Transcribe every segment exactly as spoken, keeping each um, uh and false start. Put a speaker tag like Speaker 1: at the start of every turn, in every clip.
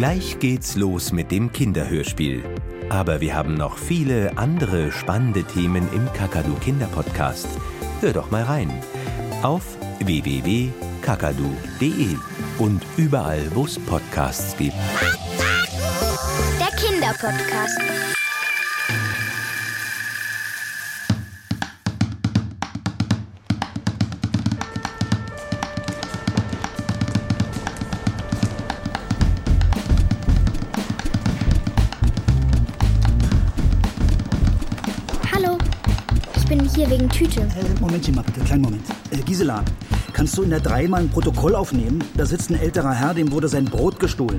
Speaker 1: Gleich geht's los mit dem Kinderhörspiel. Aber wir haben noch viele andere spannende Themen im Kakadu Kinderpodcast. Hör doch mal rein. Auf w w w punkt kakadu punkt de und überall, wo es Podcasts gibt.
Speaker 2: Der Kinderpodcast. Hallo, ich bin hier wegen Tüte.
Speaker 3: Äh, Momentchen mal bitte, kleinen Moment. Äh, Gisela, kannst du in der drei mal ein Protokoll aufnehmen? Da sitzt ein älterer Herr, dem wurde sein Brot gestohlen.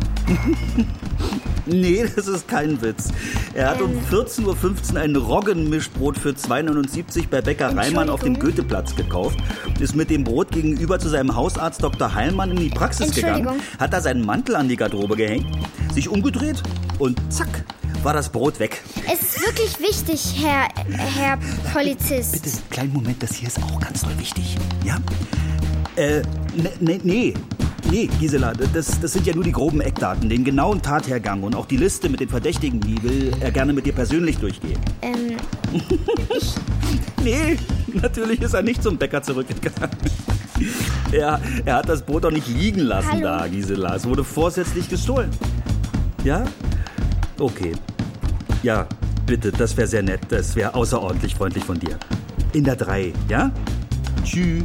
Speaker 3: Nee, das ist kein Witz. Er hat um vierzehn Uhr fünfzehn ein Roggenmischbrot für zwei neunundsiebzig bei Bäcker Reimann auf dem Goetheplatz gekauft, ist mit dem Brot gegenüber zu seinem Hausarzt Doktor Heilmann in die Praxis gegangen, hat da seinen Mantel an die Garderobe gehängt, sich umgedreht und zack, war das Brot weg.
Speaker 2: Es ist wirklich wichtig, Herr, Herr Polizist.
Speaker 3: Bitte, kleinen Moment, das hier ist auch ganz doll wichtig. Ja? Äh, ne, ne, nee. Nee, Gisela, das, das sind ja nur die groben Eckdaten. Den genauen Tathergang und auch die Liste mit den Verdächtigen, die will er gerne mit dir persönlich durchgehen.
Speaker 2: Ähm,
Speaker 3: ich... Nee, natürlich ist er nicht zum Bäcker zurückgegangen. Er, er hat das Brot doch nicht liegen lassen. Hallo. Da, Gisela. Es wurde vorsätzlich gestohlen. Ja? Okay. Ja, bitte, das wäre sehr nett. Das wäre außerordentlich freundlich von dir. In der drei, ja? Tschüss.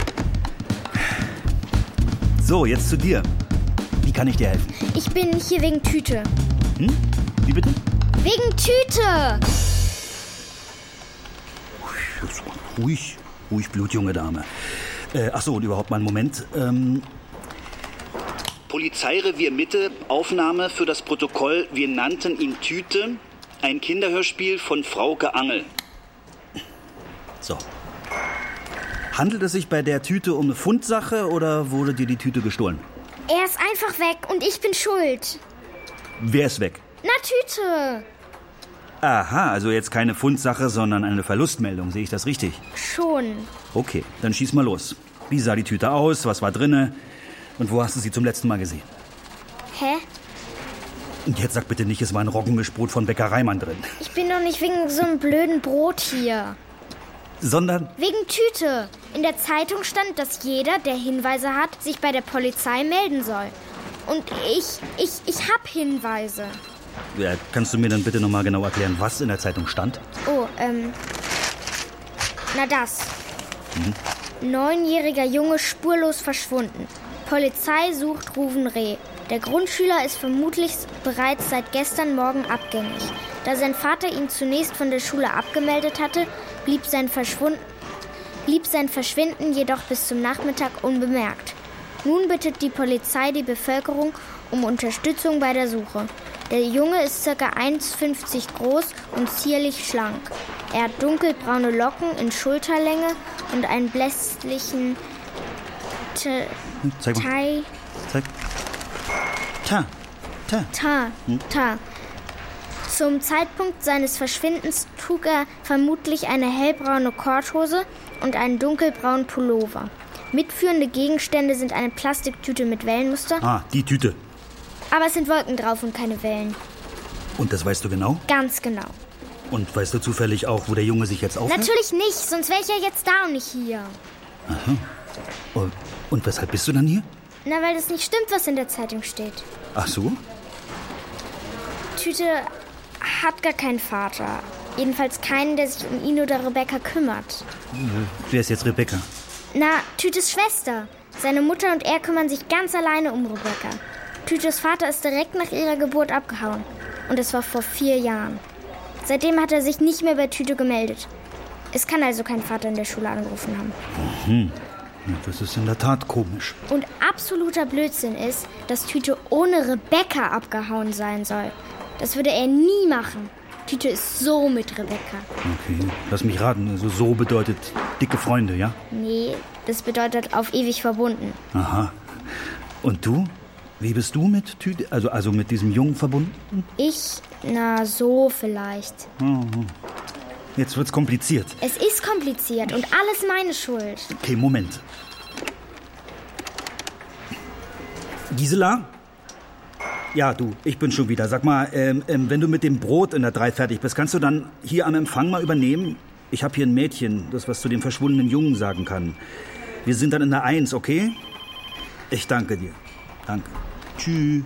Speaker 3: So, jetzt zu dir. Wie kann ich dir helfen?
Speaker 2: Ich bin hier wegen Tüte.
Speaker 3: Hm? Wie bitte?
Speaker 2: Wegen Tüte!
Speaker 3: Ruhig, ruhig, blutjunge Dame. Äh, ach so, und überhaupt mal einen Moment. Ähm, Polizeirevier Mitte, Aufnahme für das Protokoll. Wir nannten ihn Tüte. Ein Kinderhörspiel von Frauke Angel. So. Handelt es sich bei der Tüte um eine Fundsache oder wurde dir die Tüte gestohlen?
Speaker 2: Er ist einfach weg und ich bin schuld.
Speaker 3: Wer ist weg?
Speaker 2: Na, Tüte.
Speaker 3: Aha, also jetzt keine Fundsache, sondern eine Verlustmeldung. Sehe ich das richtig?
Speaker 2: Schon.
Speaker 3: Okay, dann schieß mal los. Wie sah die Tüte aus? Was war drinne? Und wo hast du sie zum letzten Mal gesehen?
Speaker 2: Hä?
Speaker 3: Und jetzt sag bitte nicht, es war ein Roggenmischbrot von Bäcker Reimann drin.
Speaker 2: Ich bin doch nicht wegen so einem blöden Brot hier.
Speaker 3: Sondern?
Speaker 2: Wegen Tüte. In der Zeitung stand, dass jeder, der Hinweise hat, sich bei der Polizei melden soll. Und ich, ich, ich hab Hinweise.
Speaker 3: Ja, kannst du mir dann bitte nochmal genau erklären, was in der Zeitung stand?
Speaker 2: Oh, ähm... Na das.
Speaker 3: Hm?
Speaker 2: Neunjähriger Junge spurlos verschwunden. Polizei sucht Ruven Reh. Der Grundschüler ist vermutlich bereits seit gestern Morgen abgängig. Da sein Vater ihn zunächst von der Schule abgemeldet hatte, blieb sein, Verschwund- blieb sein Verschwinden jedoch bis zum Nachmittag unbemerkt. Nun bittet die Polizei die Bevölkerung um Unterstützung bei der Suche. Der Junge ist ca. eins Komma fünfzig groß und zierlich schlank. Er hat dunkelbraune Locken in Schulterlänge und einen blässlichen T-
Speaker 3: Zeig mal.
Speaker 2: Tai...
Speaker 3: Zeig. Ta. Ta.
Speaker 2: Ta. Ta. Zum Zeitpunkt seines Verschwindens trug er vermutlich eine hellbraune Korthose und einen dunkelbraunen Pullover. Mitführende Gegenstände sind eine Plastiktüte mit Wellenmuster.
Speaker 3: Ah, die Tüte.
Speaker 2: Aber es sind Wolken drauf und keine Wellen.
Speaker 3: Und das weißt du genau?
Speaker 2: Ganz genau.
Speaker 3: Und weißt du zufällig auch, wo der Junge sich jetzt aufhält?
Speaker 2: Natürlich nicht, sonst wäre ich ja jetzt da und nicht hier.
Speaker 3: Aha. Und, und weshalb bist du dann hier?
Speaker 2: Na, weil das nicht stimmt, was in der Zeitung steht.
Speaker 3: Ach so?
Speaker 2: Tüte hat gar keinen Vater. Jedenfalls keinen, der sich um ihn oder Rebecca kümmert.
Speaker 3: Wer ist jetzt Rebecca?
Speaker 2: Na, Tütes Schwester. Seine Mutter und er kümmern sich ganz alleine um Rebecca. Tütes Vater ist direkt nach ihrer Geburt abgehauen. Und es war vor vier Jahren. Seitdem hat er sich nicht mehr bei Tüte gemeldet. Es kann also kein Vater in der Schule angerufen haben.
Speaker 3: Mhm. Ja, das ist in der Tat komisch.
Speaker 2: Und absoluter Blödsinn ist, dass Tüte ohne Rebecca abgehauen sein soll. Das würde er nie machen. Tüte ist so mit Rebecca.
Speaker 3: Okay, lass mich raten. Also so bedeutet dicke Freunde, ja?
Speaker 2: Nee, das bedeutet auf ewig verbunden.
Speaker 3: Aha. Und du? Wie bist du mit Tüte, also, also mit diesem Jungen verbunden?
Speaker 2: Ich? Na, so vielleicht.
Speaker 3: Oh, jetzt wird's kompliziert.
Speaker 2: Es ist kompliziert und alles meine Schuld.
Speaker 3: Okay, Moment. Gisela? Ja, du, ich bin schon wieder. Sag mal, ähm, ähm, wenn du mit dem Brot in der drei fertig bist, kannst du dann hier am Empfang mal übernehmen? Ich habe hier ein Mädchen, das was zu dem verschwundenen Jungen sagen kann. Wir sind dann in der eins, okay? Ich danke dir. Danke. Tschüss.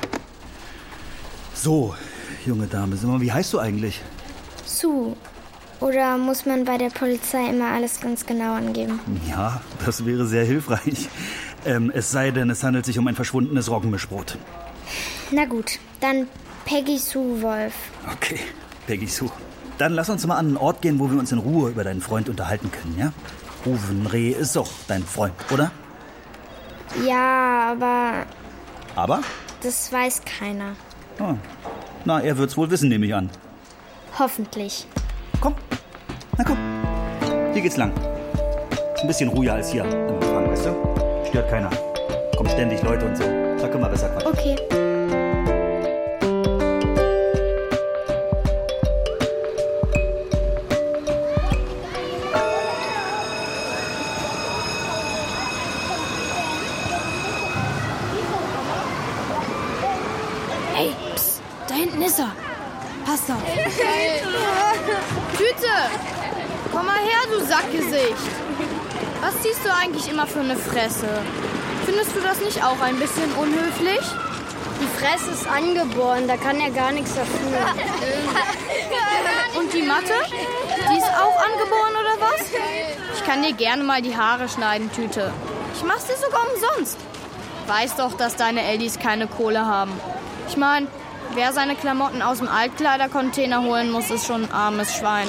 Speaker 3: So, junge Dame, sag mal, wie heißt du eigentlich?
Speaker 2: Sue. Oder muss man bei der Polizei immer alles ganz genau angeben?
Speaker 3: Ja, das wäre sehr hilfreich. Ähm, es sei denn, es handelt sich um ein verschwundenes Roggenmischbrot.
Speaker 2: Na gut, dann Peggy Sue Wolf.
Speaker 3: Okay, Peggy Sue. Dann lass uns mal an einen Ort gehen, wo wir uns in Ruhe über deinen Freund unterhalten können, ja? Ruven Reh ist doch dein Freund, oder?
Speaker 2: Ja, aber...
Speaker 3: Aber?
Speaker 2: Das weiß keiner.
Speaker 3: Oh. Na, er wird's wohl wissen, nehme ich an.
Speaker 2: Hoffentlich.
Speaker 3: Komm, na komm. Hier geht's lang. Ist ein bisschen ruhiger als hier im Empfang, weißt du? Stört keiner. Kommen ständig Leute und so. Da können wir besser quatschen.
Speaker 2: Okay.
Speaker 4: Hey, psst, da hinten ist er. Passt auf. Tüte! Komm mal her, du Sackgesicht. Was ziehst du eigentlich immer für eine Fresse? Findest du das nicht auch ein bisschen unhöflich?
Speaker 5: Die Fresse ist angeboren, da kann er gar nichts dafür.
Speaker 4: Und die Matte? Die ist auch angeboren oder was? Ich kann dir gerne mal die Haare schneiden, Tüte. Ich mach's dir sogar umsonst. Weiß doch, dass deine Ellis keine Kohle haben. Ich meine, wer seine Klamotten aus dem Altkleidercontainer holen muss, ist schon ein armes Schwein.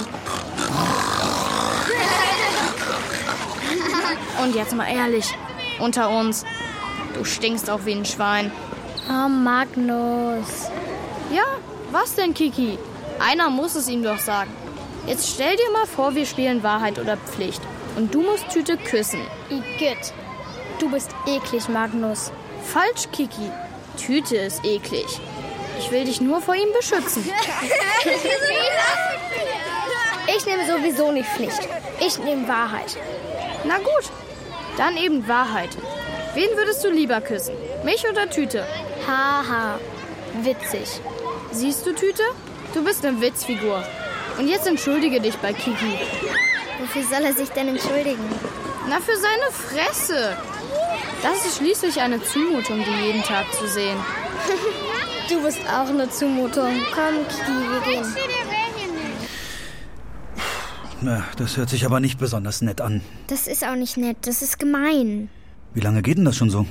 Speaker 4: Und jetzt mal ehrlich, unter uns, du stinkst auch wie ein Schwein.
Speaker 2: Oh, Magnus.
Speaker 4: Ja, was denn, Kiki? Einer muss es ihm doch sagen. Jetzt stell dir mal vor, wir spielen Wahrheit oder Pflicht. Und du musst Tüte küssen.
Speaker 2: Igitt. Du bist eklig, Magnus.
Speaker 4: Falsch, Kiki. Tüte ist eklig. Ich will dich nur vor ihm beschützen.
Speaker 2: Ich nehme sowieso nicht Pflicht. Ich nehme Wahrheit.
Speaker 4: Na gut, dann eben Wahrheit. Wen würdest du lieber küssen? Mich oder Tüte?
Speaker 2: Haha, witzig.
Speaker 4: Siehst du, Tüte? Du bist eine Witzfigur. Und jetzt entschuldige dich bei Kiki.
Speaker 2: Wofür soll er sich denn entschuldigen?
Speaker 4: Na, für seine Fresse. Das ist schließlich eine Zumutung, die jeden Tag zu sehen.
Speaker 2: Du bist auch eine Zumutung. Komm, Kiki, wir gehen.
Speaker 3: Na, das hört sich aber nicht besonders nett an.
Speaker 2: Das ist auch nicht nett, das ist gemein.
Speaker 3: Wie lange geht denn das schon so?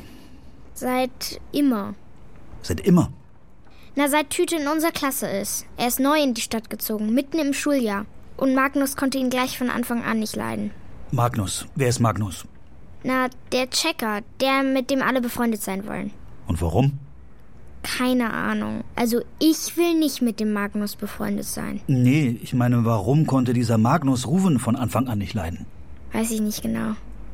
Speaker 2: Seit immer.
Speaker 3: Seit immer?
Speaker 2: Na, seit Tüte in unserer Klasse ist. Er ist neu in die Stadt gezogen, mitten im Schuljahr. Und Magnus konnte ihn gleich von Anfang an nicht leiden.
Speaker 3: Magnus? Wer ist Magnus?
Speaker 2: Na, der Checker, der, mit dem alle befreundet sein wollen.
Speaker 3: Und warum?
Speaker 2: Keine Ahnung. Also ich will nicht mit dem Magnus befreundet sein.
Speaker 3: Nee, ich meine, warum konnte dieser Magnus Ruven von Anfang an nicht leiden?
Speaker 2: Weiß ich nicht genau.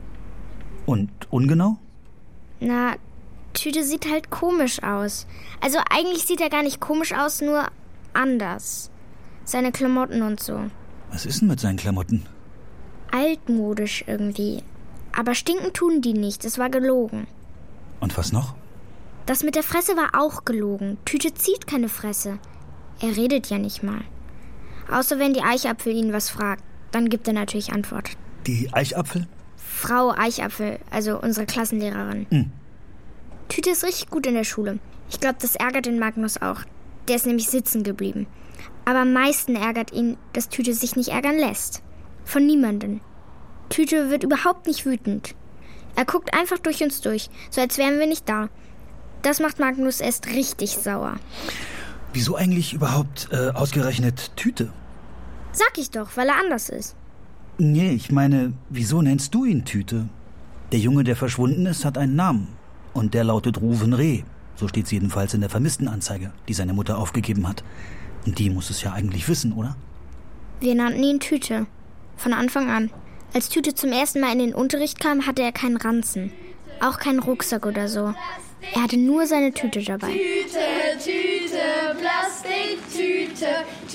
Speaker 3: Und ungenau?
Speaker 2: Na, Tüte sieht halt komisch aus. Also eigentlich sieht er gar nicht komisch aus, nur anders. Seine Klamotten und so.
Speaker 3: Was ist denn mit seinen Klamotten?
Speaker 2: Altmodisch irgendwie. Aber stinken tun die nicht, es war gelogen.
Speaker 3: Und was noch?
Speaker 2: Das mit der Fresse war auch gelogen. Tüte zieht keine Fresse. Er redet ja nicht mal. Außer wenn die Eichapfel ihn was fragt. Dann gibt er natürlich Antwort.
Speaker 3: Die Eichapfel?
Speaker 2: Frau Eichapfel, also unsere Klassenlehrerin.
Speaker 3: Mhm.
Speaker 2: Tüte ist richtig gut in der Schule. Ich glaube, das ärgert den Magnus auch. Der ist nämlich sitzen geblieben. Aber am meisten ärgert ihn, dass Tüte sich nicht ärgern lässt. Von niemandem. Tüte wird überhaupt nicht wütend. Er guckt einfach durch uns durch, so als wären wir nicht da. Das macht Magnus erst richtig sauer.
Speaker 3: Wieso eigentlich überhaupt äh, ausgerechnet Tüte?
Speaker 2: Sag ich doch, weil er anders ist.
Speaker 3: Nee, ich meine, wieso nennst du ihn Tüte? Der Junge, der verschwunden ist, hat einen Namen. Und der lautet Ruven Reh. So steht's jedenfalls in der Vermisstenanzeige, die seine Mutter aufgegeben hat. Und die muss es ja eigentlich wissen, oder?
Speaker 2: Wir nannten ihn Tüte. Von Anfang an. Als Tüte zum ersten Mal in den Unterricht kam, hatte er keinen Ranzen. Auch keinen Rucksack oder so. Er hatte nur seine Tüte dabei.
Speaker 6: Tüte, Tüte, Plastiktüte,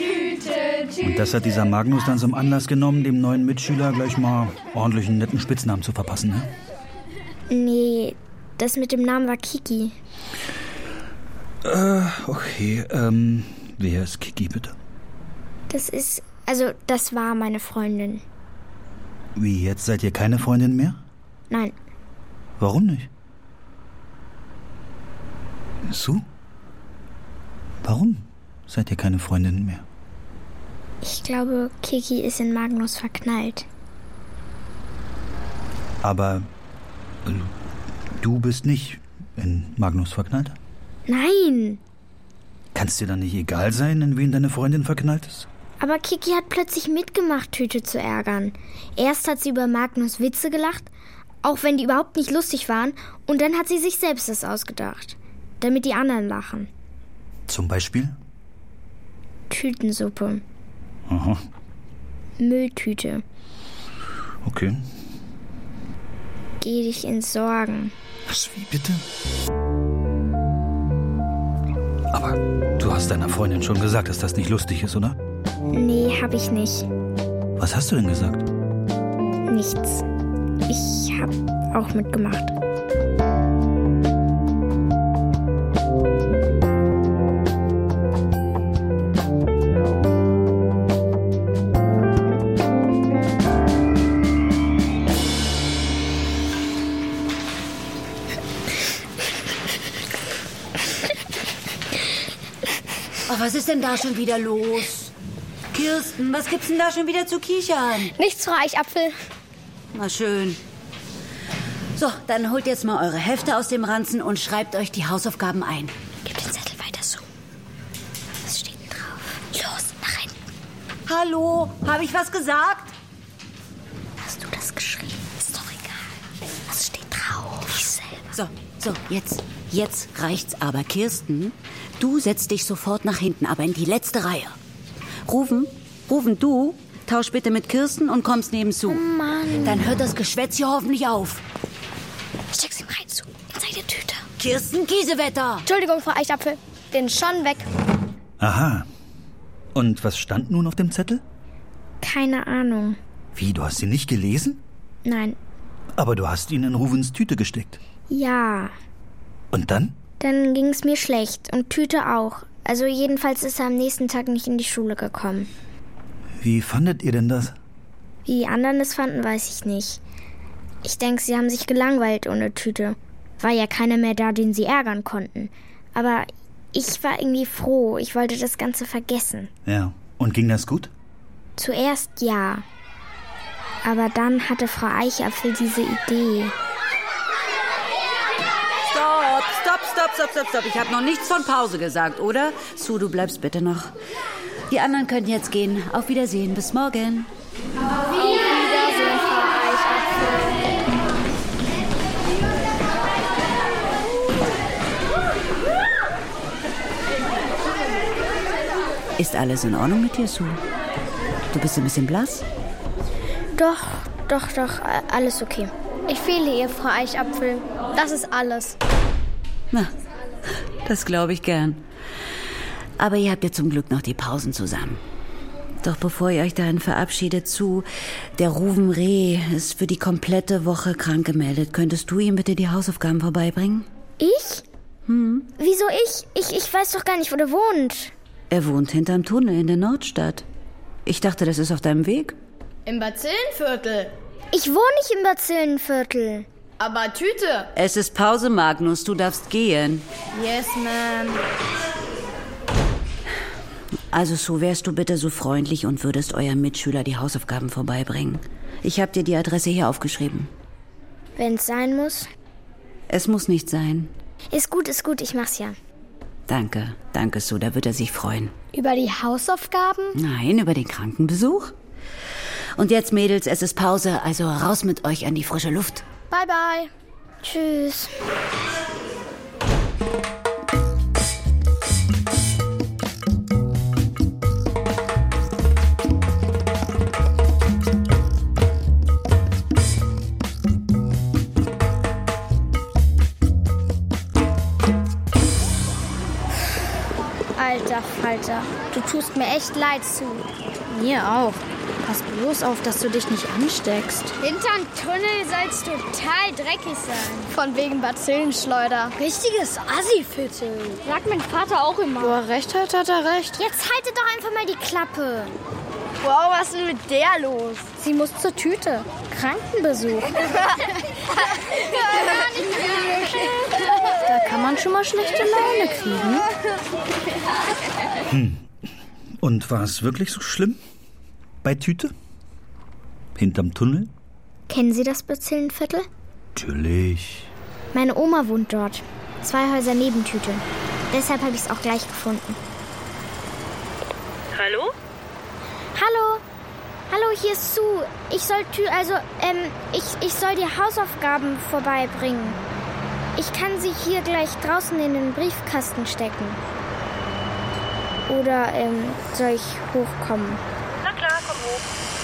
Speaker 6: Tüte, Tüte.
Speaker 3: Und das hat dieser Magnus dann zum Anlass genommen, dem neuen Mitschüler gleich mal ordentlich einen netten Spitznamen zu verpassen, ne?
Speaker 2: Nee, das mit dem Namen war Kiki.
Speaker 7: Äh, okay, ähm, wer ist Kiki, bitte?
Speaker 2: Das ist, also das war meine Freundin.
Speaker 7: Wie, jetzt seid ihr keine Freundin mehr?
Speaker 2: Nein.
Speaker 7: Warum nicht? Sue? Warum seid ihr keine Freundinnen mehr?
Speaker 2: Ich glaube, Kiki ist in Magnus verknallt.
Speaker 7: Aber äh, du bist nicht in Magnus verknallt?
Speaker 2: Nein!
Speaker 7: Kann es dir dann nicht egal sein, in wen deine Freundin verknallt ist?
Speaker 2: Aber Kiki hat plötzlich mitgemacht, Tüte zu ärgern. Erst hat sie über Magnus Witze gelacht, auch wenn die überhaupt nicht lustig waren. Und dann hat sie sich selbst das ausgedacht, damit die anderen lachen.
Speaker 7: Zum Beispiel?
Speaker 2: Tütensuppe.
Speaker 7: Aha.
Speaker 2: Mülltüte.
Speaker 7: Okay.
Speaker 2: Geh dich ins Sorgen.
Speaker 7: Was, wie bitte? Aber du hast deiner Freundin schon gesagt, dass das nicht lustig ist, oder?
Speaker 2: Nee, hab ich nicht.
Speaker 7: Was hast du denn gesagt?
Speaker 2: Nichts. Ich hab auch mitgemacht.
Speaker 8: Oh, was ist denn da schon wieder los? Kirsten, was gibt's denn da schon wieder zu kichern?
Speaker 5: Nichts, Frau Eichapfel.
Speaker 8: Na schön. So, dann holt jetzt mal eure Hefte aus dem Ranzen und schreibt euch die Hausaufgaben ein.
Speaker 2: Gib den Zettel weiter so. Was steht denn drauf? Los, nach hinten.
Speaker 8: Hallo, habe ich was gesagt?
Speaker 2: Hast du das geschrieben? Ist doch egal. Was steht drauf? Ich selber.
Speaker 8: So, so, jetzt, jetzt reicht's aber. Kirsten, du setzt dich sofort nach hinten, aber in die letzte Reihe. Rufen, Rufen, du, tausch bitte mit Kirsten und kommst neben Sue.
Speaker 2: Oh Mann.
Speaker 8: Dann hört das Geschwätz hier hoffentlich auf.
Speaker 2: Steck's ihm rein, Sue. In seine Tüte.
Speaker 8: Kirsten Kiesewetter.
Speaker 5: Entschuldigung, Frau Eichapfel. Bin schon weg.
Speaker 7: Aha. Und was stand nun auf dem Zettel?
Speaker 2: Keine Ahnung.
Speaker 7: Wie, du hast ihn nicht gelesen?
Speaker 2: Nein.
Speaker 7: Aber du hast ihn in Ruvens Tüte gesteckt.
Speaker 2: Ja.
Speaker 7: Und dann?
Speaker 2: Dann ging's mir schlecht. Und Tüte auch. Also jedenfalls ist er am nächsten Tag nicht in die Schule gekommen.
Speaker 7: Wie fandet ihr denn das?
Speaker 2: Wie die anderen es fanden, weiß ich nicht. Ich denke, sie haben sich gelangweilt ohne Tüte. War ja keiner mehr da, den sie ärgern konnten. Aber ich war irgendwie froh. Ich wollte das Ganze vergessen.
Speaker 7: Ja. Und ging das gut?
Speaker 2: Zuerst ja. Aber dann hatte Frau Eichapfel diese Idee.
Speaker 8: Stopp, stopp, stopp, stopp, stopp, stopp. Ich habe noch nichts von Pause gesagt, oder? Sue, du bleibst bitte noch. Die anderen können jetzt gehen. Auf Wiedersehen, bis morgen.
Speaker 5: Auf Wiedersehen, Frau Eichapfel.
Speaker 8: Ist alles in Ordnung mit dir, Sue? Du bist ein bisschen blass?
Speaker 2: Doch, doch, doch, alles okay.
Speaker 5: Ich fehle ihr, Frau Eichapfel. Das ist alles.
Speaker 8: Na, das glaube ich gern. Aber ihr habt ja zum Glück noch die Pausen zusammen. Doch bevor ihr euch dahin verabschiedet, Sue, der Ruven Reh ist für die komplette Woche krank gemeldet. Könntest du ihm bitte die Hausaufgaben vorbeibringen?
Speaker 2: Ich?
Speaker 8: Hm?
Speaker 2: Wieso ich? Ich, ich weiß doch gar nicht, wo der wohnt.
Speaker 8: Er wohnt hinterm Tunnel in der Nordstadt. Ich dachte, das ist auf deinem Weg.
Speaker 4: Im Bazillenviertel.
Speaker 2: Ich wohne nicht im Bazillenviertel.
Speaker 4: Aber Tüte.
Speaker 8: Es ist Pause, Magnus. Du darfst gehen.
Speaker 4: Yes, ma'am.
Speaker 8: Also, Sue, wärst du bitte so freundlich und würdest eurem Mitschüler die Hausaufgaben vorbeibringen. Ich habe dir die Adresse hier aufgeschrieben.
Speaker 2: Wenn's sein muss.
Speaker 8: Es muss nicht sein.
Speaker 2: Ist gut, ist gut, ich mach's ja.
Speaker 8: Danke, danke, Sue, da wird er sich freuen.
Speaker 5: Über die Hausaufgaben?
Speaker 8: Nein, über den Krankenbesuch. Und jetzt, Mädels, es ist Pause, also raus mit euch an die frische Luft.
Speaker 5: Bye, bye.
Speaker 2: Tschüss.
Speaker 5: Alter Falter, du tust mir echt leid, Sue.
Speaker 4: Mir auch. Pass bloß auf, dass du dich nicht ansteckst.
Speaker 5: Hinterm Tunnel soll's total dreckig sein.
Speaker 4: Von wegen Bazillenschleuder.
Speaker 5: Richtiges Assi-Viertel. Sagt mein Vater auch immer.
Speaker 4: Wo er recht hat, hat er recht.
Speaker 2: Jetzt haltet doch einfach mal die Klappe.
Speaker 5: Wow, was ist denn mit der los?
Speaker 2: Sie muss zur Tüte. Krankenbesuch.
Speaker 4: Da kann man schon mal schlechte Laune kriegen.
Speaker 7: Hm. Und war es wirklich so schlimm? Bei Tüte? Hinterm Tunnel?
Speaker 2: Kennen Sie das Bazillenviertel?
Speaker 7: Natürlich.
Speaker 2: Meine Oma wohnt dort. Zwei Häuser neben Tüte. Deshalb habe ich es auch gleich gefunden.
Speaker 9: Hallo?
Speaker 2: Hallo? Hallo, hier ist Sue. Ich soll Tü also, ähm, ich, ich soll dir Hausaufgaben vorbeibringen. Ich kann sie hier gleich draußen in den Briefkasten stecken. Oder, ähm, soll ich hochkommen?
Speaker 9: Na klar, komm hoch.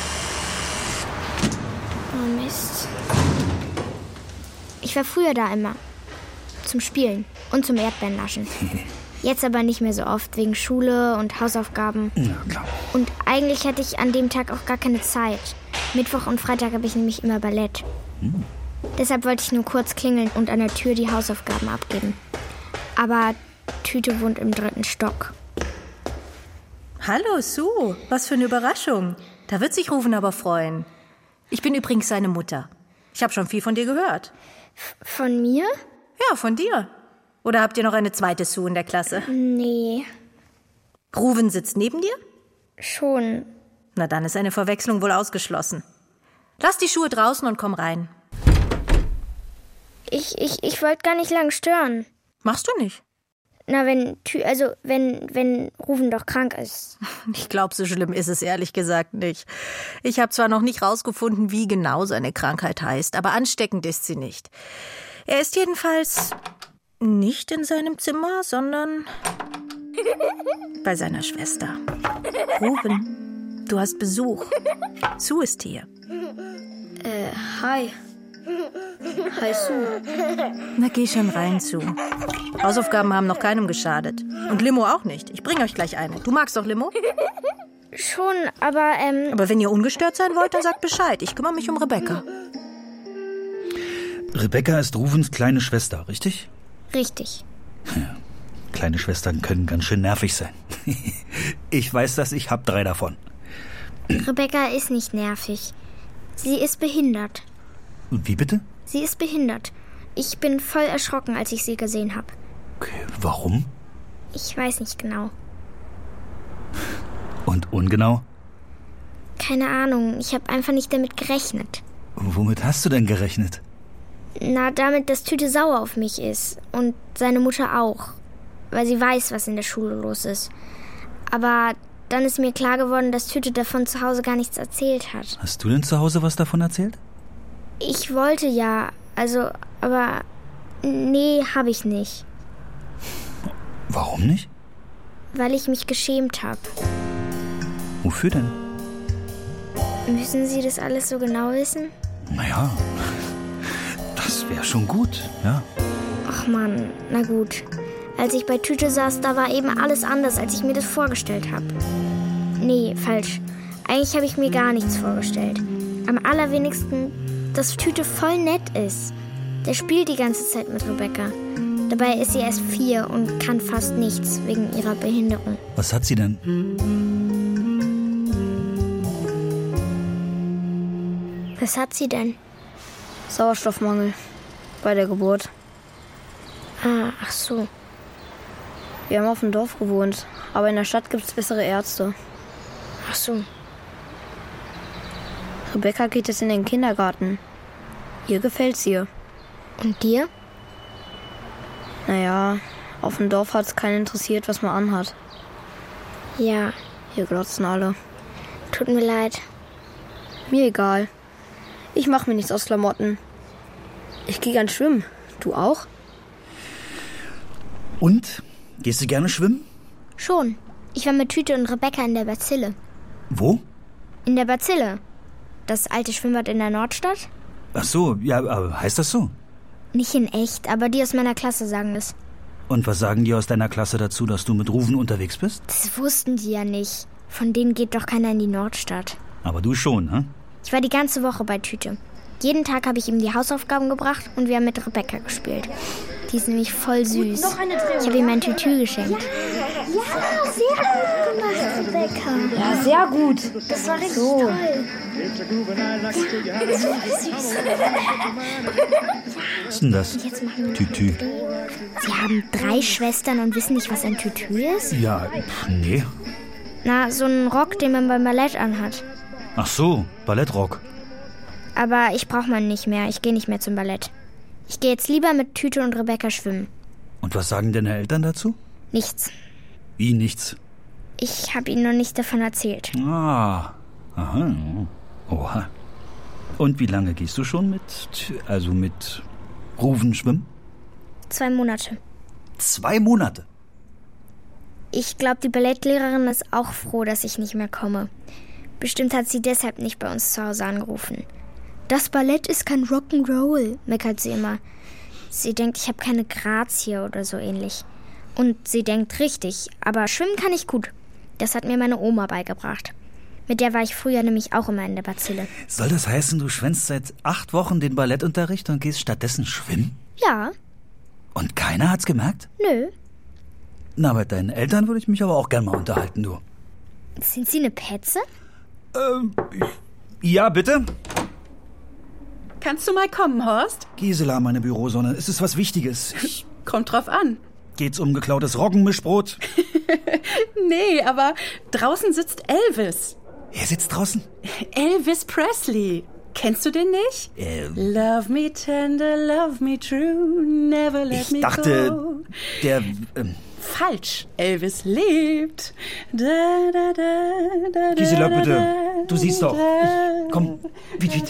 Speaker 2: Oh, Mist. Ich war früher da immer. Zum Spielen und zum Erdbeernaschen. Jetzt aber nicht mehr so oft, wegen Schule und Hausaufgaben.
Speaker 7: Ja, klar.
Speaker 2: Und eigentlich hatte ich an dem Tag auch gar keine Zeit. Mittwoch und Freitag habe ich nämlich immer Ballett. Hm. Deshalb wollte ich nur kurz klingeln und an der Tür die Hausaufgaben abgeben. Aber Tüte wohnt im dritten Stock.
Speaker 10: Hallo, Sue. Was für eine Überraschung. Da wird sich Ruven aber freuen. Ich bin übrigens seine Mutter. Ich habe schon viel von dir gehört.
Speaker 2: F- von mir?
Speaker 10: Ja, von dir. Oder habt ihr noch eine zweite Sue in der Klasse?
Speaker 2: Nee.
Speaker 10: Ruven sitzt neben dir?
Speaker 2: Schon.
Speaker 10: Na, dann ist eine Verwechslung wohl ausgeschlossen. Lass die Schuhe draußen und komm rein.
Speaker 2: Ich, ich, ich wollte gar nicht lang stören.
Speaker 10: Machst du nicht?
Speaker 2: Na, wenn, Tü- also, wenn, wenn Ruven doch krank ist.
Speaker 10: Ich glaube, so schlimm ist es ehrlich gesagt nicht. Ich habe zwar noch nicht rausgefunden, wie genau seine Krankheit heißt, aber ansteckend ist sie nicht. Er ist jedenfalls nicht in seinem Zimmer, sondern bei seiner Schwester. Ruven, du hast Besuch. Sue ist hier.
Speaker 4: Äh, hi. Hi, Sue.
Speaker 10: Na, geh schon rein, Sue. Hausaufgaben haben noch keinem geschadet. Und Limo auch nicht. Ich bringe euch gleich eine. Du magst doch Limo?
Speaker 2: Schon, aber, ähm...
Speaker 10: Aber wenn ihr ungestört sein wollt, dann sagt Bescheid. Ich kümmere mich um Rebecca.
Speaker 7: Rebecca ist Ruvens kleine Schwester, richtig?
Speaker 2: Richtig.
Speaker 7: Ja, kleine Schwestern können ganz schön nervig sein. Ich weiß das, ich hab drei davon.
Speaker 2: Rebecca ist nicht nervig. Sie ist behindert.
Speaker 7: Wie bitte?
Speaker 2: Sie ist behindert. Ich bin voll erschrocken, als ich sie gesehen habe.
Speaker 7: Okay, warum?
Speaker 2: Ich weiß nicht genau.
Speaker 7: Und ungenau?
Speaker 2: Keine Ahnung, ich habe einfach nicht damit gerechnet.
Speaker 7: Womit hast du denn gerechnet?
Speaker 2: Na, damit, dass Tüte sauer auf mich ist. Und seine Mutter auch. Weil sie weiß, was in der Schule los ist. Aber dann ist mir klar geworden, dass Tüte davon zu Hause gar nichts erzählt hat.
Speaker 7: Hast du denn zu Hause was davon erzählt?
Speaker 2: Ich wollte ja, also, aber nee, habe ich nicht.
Speaker 7: Warum nicht?
Speaker 2: Weil ich mich geschämt habe.
Speaker 7: Wofür denn?
Speaker 2: Müssen Sie das alles so genau wissen?
Speaker 7: Naja, das wäre schon gut, ja.
Speaker 2: Ach Mann, na gut. Als ich bei Tüte saß, da war eben alles anders, als ich mir das vorgestellt habe. Nee, falsch. Eigentlich habe ich mir gar nichts vorgestellt. Am allerwenigsten, dass Tüte voll nett ist. Der spielt die ganze Zeit mit Rebecca. Dabei ist sie erst vier und kann fast nichts wegen ihrer Behinderung.
Speaker 7: Was hat sie denn?
Speaker 2: Was hat sie denn?
Speaker 4: Sauerstoffmangel. Bei der Geburt.
Speaker 2: Ah, ach so.
Speaker 4: Wir haben auf dem Dorf gewohnt, aber in der Stadt gibt es bessere Ärzte.
Speaker 2: Ach so.
Speaker 4: Rebecca geht jetzt in den Kindergarten. Ihr gefällt's hier.
Speaker 2: Und dir?
Speaker 4: Naja, auf dem Dorf hat's keinen interessiert, was man anhat.
Speaker 2: Ja.
Speaker 4: Hier glotzen alle.
Speaker 2: Tut mir leid.
Speaker 4: Mir egal. Ich mach mir nichts aus Klamotten. Ich gehe gern schwimmen. Du auch?
Speaker 7: Und? Gehst du gerne schwimmen?
Speaker 2: Schon. Ich war mit Tüte und Rebecca in der Bazille.
Speaker 7: Wo?
Speaker 2: In der Bazille. Das alte Schwimmbad in der Nordstadt?
Speaker 7: Ach so, ja, aber heißt das so?
Speaker 2: Nicht in echt, aber die aus meiner Klasse sagen es.
Speaker 7: Und was sagen die aus deiner Klasse dazu, dass du mit Ruven unterwegs bist?
Speaker 2: Das wussten die ja nicht. Von denen geht doch keiner in die Nordstadt.
Speaker 7: Aber du schon, hm?
Speaker 2: Ich war die ganze Woche bei Tüte. Jeden Tag habe ich ihm die Hausaufgaben gebracht und wir haben mit Rebecca gespielt. Die ist nämlich voll süß.
Speaker 6: Noch eine
Speaker 2: ich habe ihm ein Tütü geschenkt.
Speaker 6: Ja, sehr gut gemacht, Rebecca. Ja, sehr gut. Das war richtig so. Toll.
Speaker 7: Was ist denn das? Tütü.
Speaker 2: Sie haben drei Schwestern und wissen nicht, was ein Tütü ist?
Speaker 7: Ja, pff, nee.
Speaker 2: Na, so ein Rock, den man beim Ballett anhat.
Speaker 7: Ach so, Ballettrock.
Speaker 2: Aber ich brauche meinen nicht mehr. Ich gehe nicht mehr zum Ballett. Ich gehe jetzt lieber mit Tüte und Rebecca schwimmen.
Speaker 7: Und was sagen deine Eltern dazu?
Speaker 2: Nichts.
Speaker 7: Wie nichts?
Speaker 2: Ich habe ihnen noch nicht davon erzählt.
Speaker 7: Ah, aha. Oha. Und wie lange gehst du schon mit, also mit Ruven schwimmen?
Speaker 2: Zwei Monate.
Speaker 7: Zwei Monate?
Speaker 2: Ich glaube, die Ballettlehrerin ist auch froh, dass ich nicht mehr komme. Bestimmt hat sie deshalb nicht bei uns zu Hause angerufen. Das Ballett ist kein Rock'n'Roll, meckert sie immer. Sie denkt, ich habe keine Grazie oder so ähnlich. Und sie denkt richtig, aber schwimmen kann ich gut. Das hat mir meine Oma beigebracht. Mit der war ich früher nämlich auch immer in der Bazille.
Speaker 7: Soll das heißen, du schwänzt seit acht Wochen den Ballettunterricht und gehst stattdessen schwimmen?
Speaker 2: Ja.
Speaker 7: Und keiner hat's gemerkt?
Speaker 2: Nö.
Speaker 7: Na, mit deinen Eltern würde ich mich aber auch gern mal unterhalten, du.
Speaker 2: Sind Sie eine Petze?
Speaker 7: Ähm, ja, bitte?
Speaker 9: Kannst du mal kommen, Horst?
Speaker 7: Gisela, meine Bürosonne, ist es was Wichtiges?
Speaker 9: Kommt drauf an.
Speaker 7: Geht's um geklautes Roggenmischbrot?
Speaker 9: Nee, aber draußen sitzt Elvis.
Speaker 7: Er sitzt draußen?
Speaker 9: Elvis Presley. Kennst du den nicht?
Speaker 7: Ähm.
Speaker 9: Love me tender, love me true, never let
Speaker 7: ich
Speaker 9: me
Speaker 7: dachte,
Speaker 9: go.
Speaker 7: der... Ähm,
Speaker 9: Falsch. Elvis lebt. Da, da, da, da,
Speaker 7: Gisela, bitte.
Speaker 9: Da,
Speaker 7: du siehst doch. Ich, komm, Viet, Viet.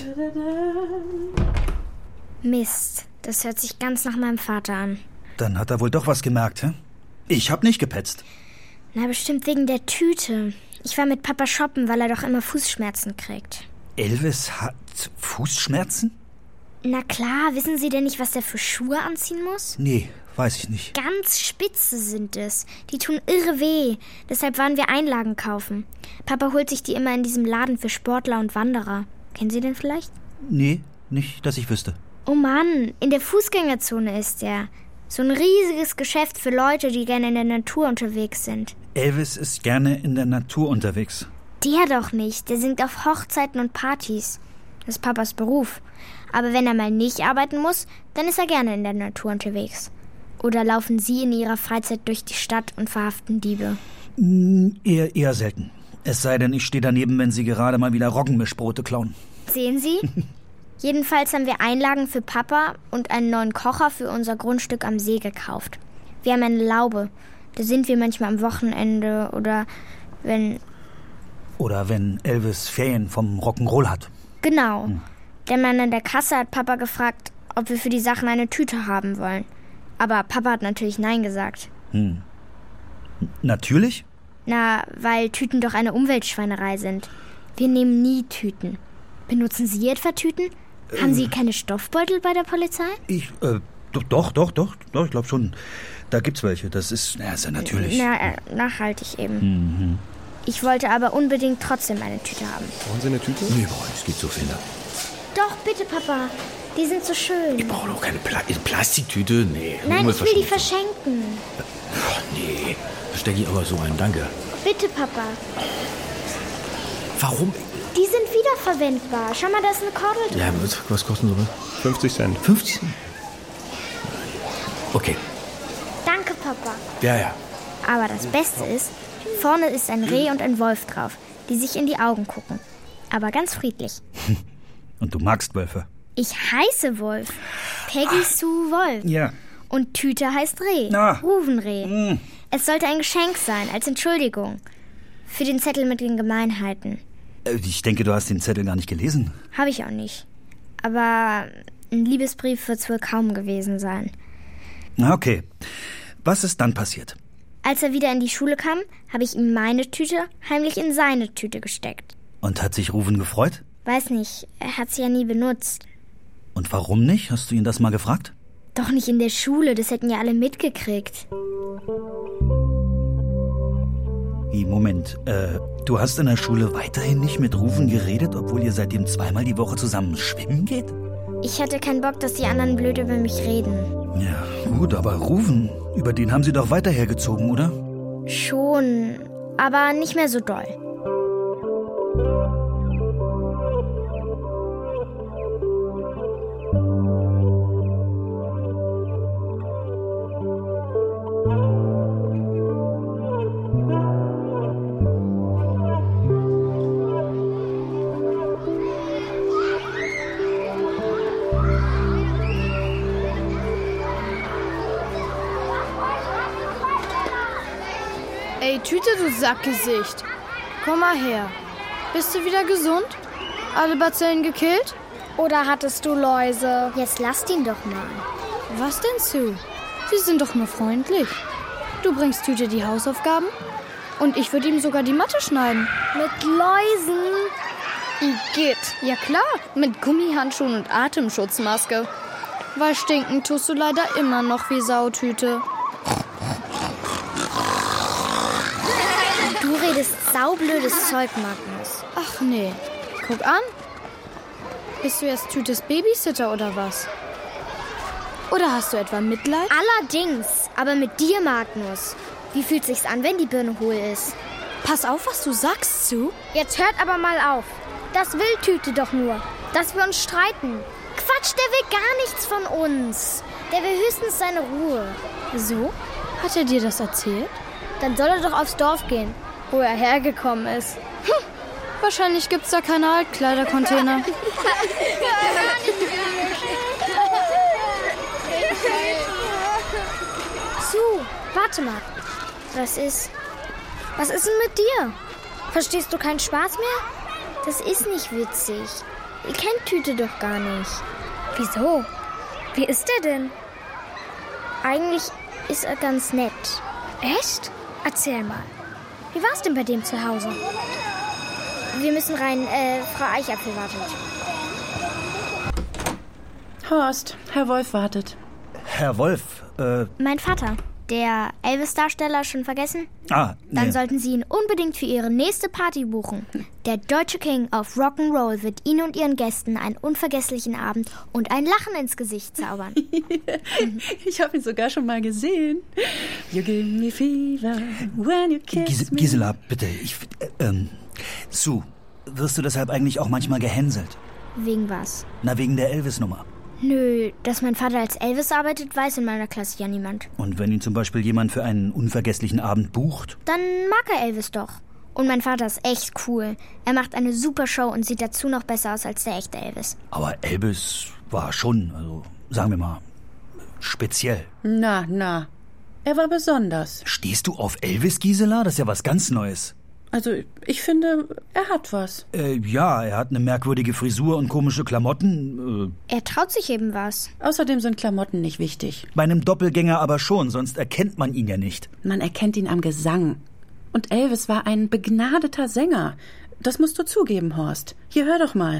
Speaker 2: Mist, das hört sich ganz nach meinem Vater an.
Speaker 7: Dann hat er wohl doch was gemerkt, hä? Ich hab nicht gepetzt.
Speaker 2: Na, bestimmt wegen der Tüte. Ich war mit Papa shoppen, weil er doch immer Fußschmerzen kriegt.
Speaker 7: Elvis hat Fußschmerzen?
Speaker 2: Na klar, wissen Sie denn nicht, was der für Schuhe anziehen muss?
Speaker 7: Nee, weiß ich nicht.
Speaker 2: Ganz spitze sind es. Die tun irre weh. Deshalb waren wir Einlagen kaufen. Papa holt sich die immer in diesem Laden für Sportler und Wanderer. Kennen Sie den vielleicht?
Speaker 7: Nee, nicht, dass ich wüsste.
Speaker 2: Oh Mann, in der Fußgängerzone ist der. So ein riesiges Geschäft für Leute, die gerne in der Natur unterwegs sind.
Speaker 7: Elvis ist gerne in der Natur unterwegs.
Speaker 2: Der doch nicht. Der singt auf Hochzeiten und Partys. Das ist Papas Beruf. Aber wenn er mal nicht arbeiten muss, dann ist er gerne in der Natur unterwegs. Oder laufen Sie in Ihrer Freizeit durch die Stadt und verhaften Diebe?
Speaker 7: Mm, eher, eher selten. Es sei denn, ich stehe daneben, wenn Sie gerade mal wieder Roggenmischbrote klauen.
Speaker 2: Sehen Sie? Jedenfalls haben wir Einlagen für Papa und einen neuen Kocher für unser Grundstück am See gekauft. Wir haben eine Laube. Da sind wir manchmal am Wochenende oder wenn...
Speaker 7: Oder wenn Elvis Ferien vom Rock'n'Roll hat.
Speaker 2: Genau.
Speaker 7: Hm.
Speaker 2: Der Mann an der Kasse hat Papa gefragt, ob wir für die Sachen eine Tüte haben wollen. Aber Papa hat natürlich Nein gesagt.
Speaker 7: Hm. Natürlich?
Speaker 2: Na, weil Tüten doch eine Umweltschweinerei sind. Wir nehmen nie Tüten. Benutzen Sie etwa Tüten? Äh, Haben Sie keine Stoffbeutel bei der Polizei?
Speaker 7: Ich, äh, doch, doch, doch, doch, doch ich glaube schon. Da gibt's welche. Das ist, na, ist ja natürlich.
Speaker 2: Na, äh, nachhaltig eben.
Speaker 7: Mhm.
Speaker 2: Ich wollte aber unbedingt trotzdem eine Tüte haben.
Speaker 3: Brauchen Sie eine Tüte?
Speaker 1: Nee, boah, es gibt so viele.
Speaker 2: Doch, bitte, Papa. Die sind so schön.
Speaker 1: Ich brauche doch keine Pla Plastiktüte. Nee.
Speaker 2: Nein, ich will die verschenken.
Speaker 1: Ach, nee. Da stecke ich aber so ein. Danke.
Speaker 2: Bitte, Papa.
Speaker 1: Warum?
Speaker 2: Die sind wiederverwendbar. Schau mal, da ist eine Kordel drin.
Speaker 1: Ja, was, was kosten sowas?
Speaker 3: fünfzig Cent.
Speaker 1: fünfzig Cent? Okay.
Speaker 2: Danke, Papa.
Speaker 1: Ja, ja.
Speaker 2: Aber das Beste ist, vorne ist ein Reh und ein Wolf drauf, die sich in die Augen gucken. Aber ganz friedlich.
Speaker 7: Und du magst Wölfe?
Speaker 2: Ich heiße Wolf. Peggy Sue Wolf.
Speaker 7: Ja.
Speaker 2: Und Tüte heißt Reh.
Speaker 7: Ah.
Speaker 2: Ruvenreh.
Speaker 7: Mm.
Speaker 2: Es sollte ein Geschenk sein, als Entschuldigung. Für den Zettel mit den Gemeinheiten.
Speaker 7: Ich denke, du hast den Zettel gar nicht gelesen.
Speaker 2: Habe ich auch nicht. Aber ein Liebesbrief wird es wohl kaum gewesen sein.
Speaker 7: Na, okay. Was ist dann passiert?
Speaker 2: Als er wieder in die Schule kam, habe ich ihm meine Tüte heimlich in seine Tüte gesteckt.
Speaker 7: Und hat sich Ruven gefreut?
Speaker 2: Weiß nicht, er hat sie ja nie benutzt.
Speaker 7: Und warum nicht? Hast du ihn das mal gefragt?
Speaker 2: Doch nicht in der Schule, das hätten ja alle mitgekriegt.
Speaker 7: Wie, Moment, äh, du hast in der Schule weiterhin nicht mit Rufen geredet, obwohl ihr seitdem zweimal die Woche zusammen schwimmen geht?
Speaker 2: Ich hatte keinen Bock, dass die anderen blöd über mich reden.
Speaker 7: Ja, gut, aber Rufen, über den haben sie doch weiter hergezogen, oder?
Speaker 2: Schon, aber nicht mehr so doll.
Speaker 4: Ey, Tüte, du Sackgesicht. Komm mal her. Bist du wieder gesund? Alle Bazillen gekillt?
Speaker 6: Oder hattest du Läuse?
Speaker 2: Jetzt lasst ihn doch mal.
Speaker 4: Was denn, Sue? Wir sind doch nur freundlich. Du bringst Tüte die Hausaufgaben und ich würde ihm sogar die Matte schneiden.
Speaker 6: Mit Läusen?
Speaker 4: Igitt. Ja klar, mit Gummihandschuhen und Atemschutzmaske. Weil stinken tust du leider immer noch wie Sautüte.
Speaker 2: Du redest saublödes Zeug, Magnus.
Speaker 4: Ach nee. Guck an. Bist du jetzt Tütes Babysitter oder was? Oder hast du etwa Mitleid?
Speaker 2: Allerdings. Aber mit dir, Magnus. Wie fühlt sich's an, wenn die Birne hohl ist?
Speaker 4: Pass auf, was du sagst, Sue.
Speaker 6: Jetzt hört aber mal auf. Das will Tüte doch nur. Dass wir uns streiten.
Speaker 2: Quatsch, der will gar nichts von uns. Der will höchstens seine Ruhe.
Speaker 4: So? Hat er dir das erzählt?
Speaker 6: Dann soll er doch aufs Dorf gehen, wo er hergekommen ist.
Speaker 4: Hm, wahrscheinlich gibt's da keine Altkleidercontainer.
Speaker 6: Sue, warte mal.
Speaker 2: Was ist?
Speaker 6: Was ist denn mit dir? Verstehst du keinen Spaß mehr?
Speaker 2: Das ist nicht witzig. Ihr kennt Tüte doch gar nicht.
Speaker 6: Wieso? Wie ist der denn?
Speaker 2: Eigentlich ist er ganz nett.
Speaker 6: Echt? Erzähl mal. Wie war's denn bei dem zu Hause?
Speaker 2: Wir müssen rein. Äh, Frau Eichapfel wartet.
Speaker 9: Horst, Herr Wolf wartet.
Speaker 7: Herr Wolf, äh...
Speaker 2: Mein Vater. Der Elvis-Darsteller, schon vergessen?
Speaker 7: Ah, nee.
Speaker 2: Dann sollten Sie ihn unbedingt für Ihre nächste Party buchen. Der deutsche King of Rock'n'Roll wird Ihnen und Ihren Gästen einen unvergesslichen Abend und ein Lachen ins Gesicht zaubern.
Speaker 9: Ich habe ihn sogar schon mal gesehen. You give me fever when you kiss
Speaker 7: Gise-
Speaker 9: me.
Speaker 7: Gisela, bitte, ich... Äh, ähm... Sue, wirst du deshalb eigentlich auch manchmal gehänselt?
Speaker 2: Wegen was?
Speaker 7: Na, wegen der Elvis-Nummer.
Speaker 2: Nö, dass mein Vater als Elvis arbeitet, weiß in meiner Klasse ja niemand.
Speaker 7: Und wenn ihn zum Beispiel jemand für einen unvergesslichen Abend bucht?
Speaker 2: Dann mag er Elvis doch. Und mein Vater ist echt cool. Er macht eine super Show und sieht dazu noch besser aus als der echte Elvis.
Speaker 7: Aber Elvis war schon, also sagen wir mal, speziell.
Speaker 9: Na, na. Er war besonders.
Speaker 7: Stehst du auf Elvis, Gisela? Das ist ja was ganz Neues.
Speaker 9: Also, ich finde, er hat was.
Speaker 7: Äh, ja, er hat eine merkwürdige Frisur und komische Klamotten. Äh,
Speaker 2: Er traut sich eben was.
Speaker 9: Außerdem sind Klamotten nicht wichtig.
Speaker 7: bei einem Doppelgänger aber schon, sonst erkennt man ihn ja nicht.
Speaker 9: Man erkennt ihn am Gesang. Und Elvis war ein begnadeter Sänger. Das musst du zugeben, Horst. Hier, hör doch mal.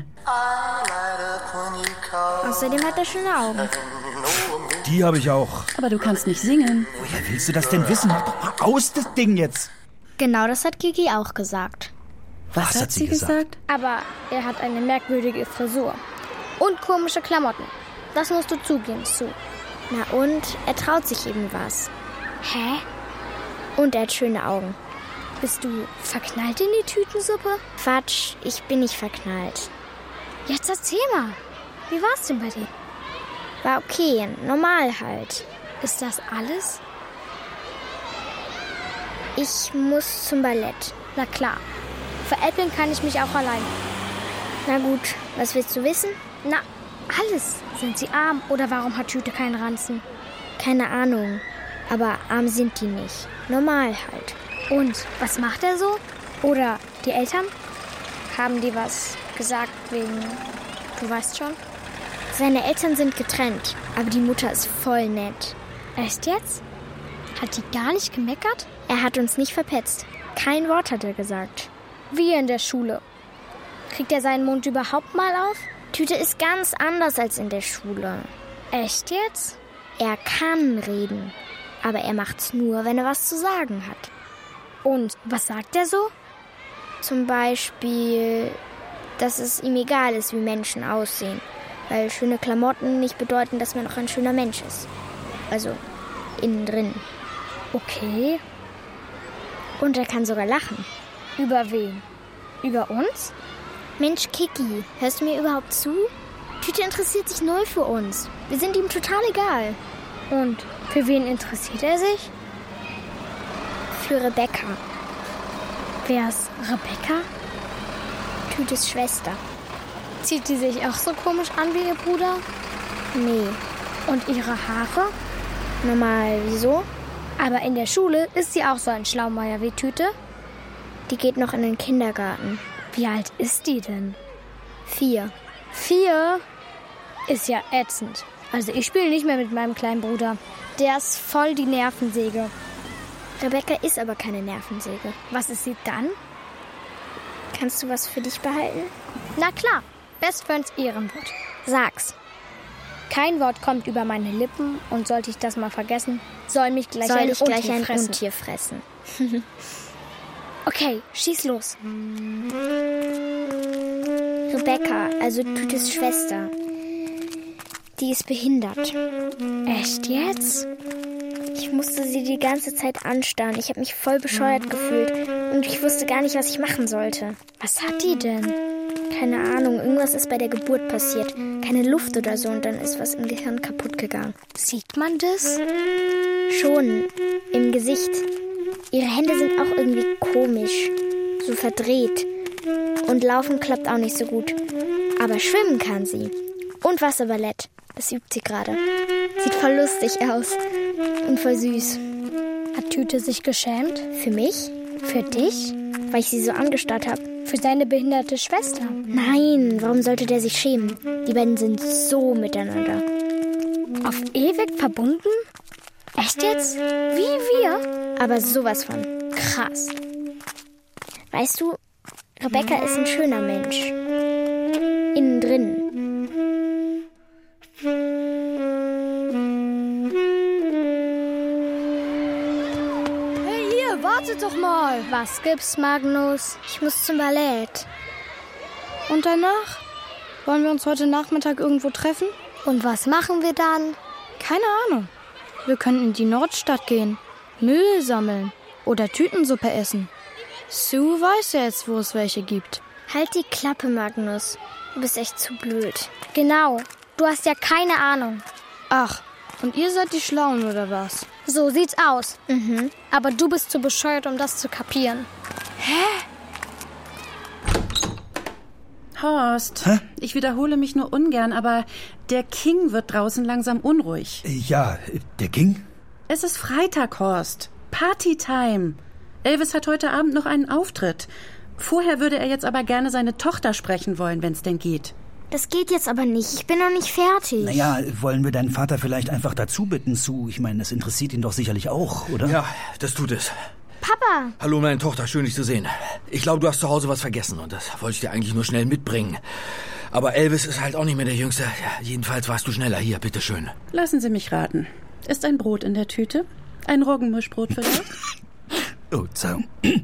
Speaker 2: Außerdem hat er schöne Augen.
Speaker 7: Die habe ich auch.
Speaker 9: Aber du kannst nicht singen.
Speaker 7: Woher willst du das denn wissen? Mach doch mal aus, das Ding jetzt.
Speaker 2: Genau das hat Kiki auch gesagt.
Speaker 9: Was,
Speaker 7: Was hat sie gesagt?
Speaker 6: Aber er hat eine merkwürdige Frisur. Und komische Klamotten. Das musst du zugeben, Sue.
Speaker 2: Na und? Er traut sich eben was.
Speaker 6: Hä?
Speaker 2: Und er hat schöne Augen.
Speaker 6: Bist du verknallt in die Tütensuppe?
Speaker 2: Quatsch, ich bin nicht verknallt.
Speaker 6: Jetzt erzähl mal. Wie war's denn bei dir?
Speaker 2: War okay, normal halt.
Speaker 6: Ist das alles?
Speaker 2: Ich muss zum Ballett.
Speaker 6: Na klar. Veräppeln kann ich mich auch allein.
Speaker 2: Na gut, was willst du wissen?
Speaker 6: Na, alles. Sind sie arm oder warum hat Tüte keinen Ranzen?
Speaker 2: Keine Ahnung. Aber arm sind die nicht. Normal halt.
Speaker 6: Und was macht er so? Oder die Eltern? Haben die was gesagt wegen... Du weißt schon?
Speaker 2: Seine Eltern sind getrennt, aber die Mutter ist voll nett.
Speaker 6: Echt jetzt? Hat die gar nicht gemeckert?
Speaker 2: Er hat uns nicht verpetzt. Kein Wort hat er gesagt.
Speaker 6: Wie in der Schule. Kriegt er seinen Mund überhaupt mal auf?
Speaker 2: Tüte ist ganz anders als in der Schule.
Speaker 6: Echt jetzt?
Speaker 2: Er kann reden, aber er macht's nur, wenn er was zu sagen hat.
Speaker 6: Und was sagt er so?
Speaker 2: Zum Beispiel, dass es ihm egal ist, wie Menschen aussehen. Weil schöne Klamotten nicht bedeuten, dass man auch ein schöner Mensch ist. Also innen drin.
Speaker 6: Okay.
Speaker 2: Und er kann sogar lachen.
Speaker 6: Über wen? Über uns?
Speaker 2: Mensch, Kiki, hörst du mir überhaupt zu? Tüte interessiert sich null für uns. Wir sind ihm total egal.
Speaker 6: Und für wen interessiert er sich?
Speaker 2: Für Rebecca.
Speaker 6: Wer ist Rebecca?
Speaker 2: Tütes Schwester.
Speaker 6: Zieht sie sich auch so komisch an wie ihr Bruder?
Speaker 2: Nee.
Speaker 6: Und ihre Haare?
Speaker 2: Normal, wieso?
Speaker 6: Aber in der Schule ist sie auch so ein Schlaumeier wie Tüte?
Speaker 2: Die geht noch in den Kindergarten.
Speaker 6: Wie alt ist die denn?
Speaker 2: Vier.
Speaker 6: Vier? Ist ja ätzend. Also ich spiele nicht mehr mit meinem kleinen Bruder. Der ist voll die Nervensäge.
Speaker 2: Rebecca ist aber keine Nervensäge.
Speaker 6: Was ist sie dann?
Speaker 2: Kannst du was für dich behalten?
Speaker 6: Na klar, Best Friends Ehrenwort.
Speaker 2: Sag's.
Speaker 6: Kein Wort kommt über meine Lippen und sollte ich das mal vergessen, soll mich gleich
Speaker 2: soll
Speaker 6: ein,
Speaker 2: ich
Speaker 6: Untier,
Speaker 2: gleich ein
Speaker 6: fressen.
Speaker 2: Untier fressen.
Speaker 6: Okay, schieß los.
Speaker 2: Rebecca, also Tütes Schwester, die ist behindert.
Speaker 6: Echt jetzt?
Speaker 2: Ich musste sie die ganze Zeit anstarren. Ich habe mich voll bescheuert gefühlt und ich wusste gar nicht, was ich machen sollte.
Speaker 6: Was hat die denn?
Speaker 2: Keine Ahnung, irgendwas ist bei der Geburt passiert. Keine Luft oder so und dann ist was im Gehirn kaputt gegangen.
Speaker 6: Sieht man das?
Speaker 2: Schon, im Gesicht. Ihre Hände sind auch irgendwie komisch, so verdreht. Und laufen klappt auch nicht so gut. Aber schwimmen kann sie. Und Wasserballett, das übt sie gerade. Sieht voll lustig aus und voll süß.
Speaker 6: Hat Tüte sich geschämt?
Speaker 2: Für mich?
Speaker 6: Für dich?
Speaker 2: Weil ich sie so angestarrt habe.
Speaker 6: Für seine behinderte Schwester?
Speaker 2: Nein, warum sollte der sich schämen? Die beiden sind so miteinander.
Speaker 6: Auf ewig verbunden? Echt jetzt? Wie wir?
Speaker 2: Aber sowas von.
Speaker 6: Krass.
Speaker 2: Weißt du, Rebecca ist ein schöner Mensch. Innen drin.
Speaker 4: Hey, ihr, wartet doch mal.
Speaker 6: Was gibt's, Magnus?
Speaker 2: Ich muss zum Ballett.
Speaker 4: Und danach? Wollen wir uns heute Nachmittag irgendwo treffen?
Speaker 6: Und was machen wir dann?
Speaker 4: Keine Ahnung. Wir können in die Nordstadt gehen, Müll sammeln oder Tütensuppe essen. Sue weiß ja jetzt, wo es welche gibt.
Speaker 2: Halt die Klappe, Magnus. Du bist echt zu blöd.
Speaker 6: Genau. Du hast ja keine Ahnung.
Speaker 4: Ach, und ihr seid die Schlauen, oder was?
Speaker 6: So sieht's aus.
Speaker 2: Mhm.
Speaker 6: Aber du bist zu bescheuert, um das zu kapieren.
Speaker 4: Hä?
Speaker 9: Horst,
Speaker 7: Hä?
Speaker 9: ich wiederhole mich nur ungern, aber der King wird draußen langsam unruhig.
Speaker 7: Ja, der King?
Speaker 9: Es ist Freitag, Horst. Partytime. Elvis hat heute Abend noch einen Auftritt. Vorher würde er jetzt aber gerne seine Tochter sprechen wollen, wenn es denn geht.
Speaker 2: Das geht jetzt aber nicht. Ich bin noch nicht fertig.
Speaker 7: Naja, wollen wir deinen Vater vielleicht einfach dazu bitten, Sue? Ich meine, das interessiert ihn doch sicherlich auch, oder?
Speaker 11: Ja, das tut es.
Speaker 2: Papa!
Speaker 11: Hallo, meine Tochter, schön, dich zu sehen. Ich glaube, du hast zu Hause was vergessen und das wollte ich dir eigentlich nur schnell mitbringen. Aber Elvis ist halt auch nicht mehr der Jüngste. Ja, jedenfalls warst du schneller. Hier, bitteschön.
Speaker 9: Lassen Sie mich raten. Ist ein Brot in der Tüte? Ein Roggenmischbrot vielleicht?
Speaker 7: Oh, so.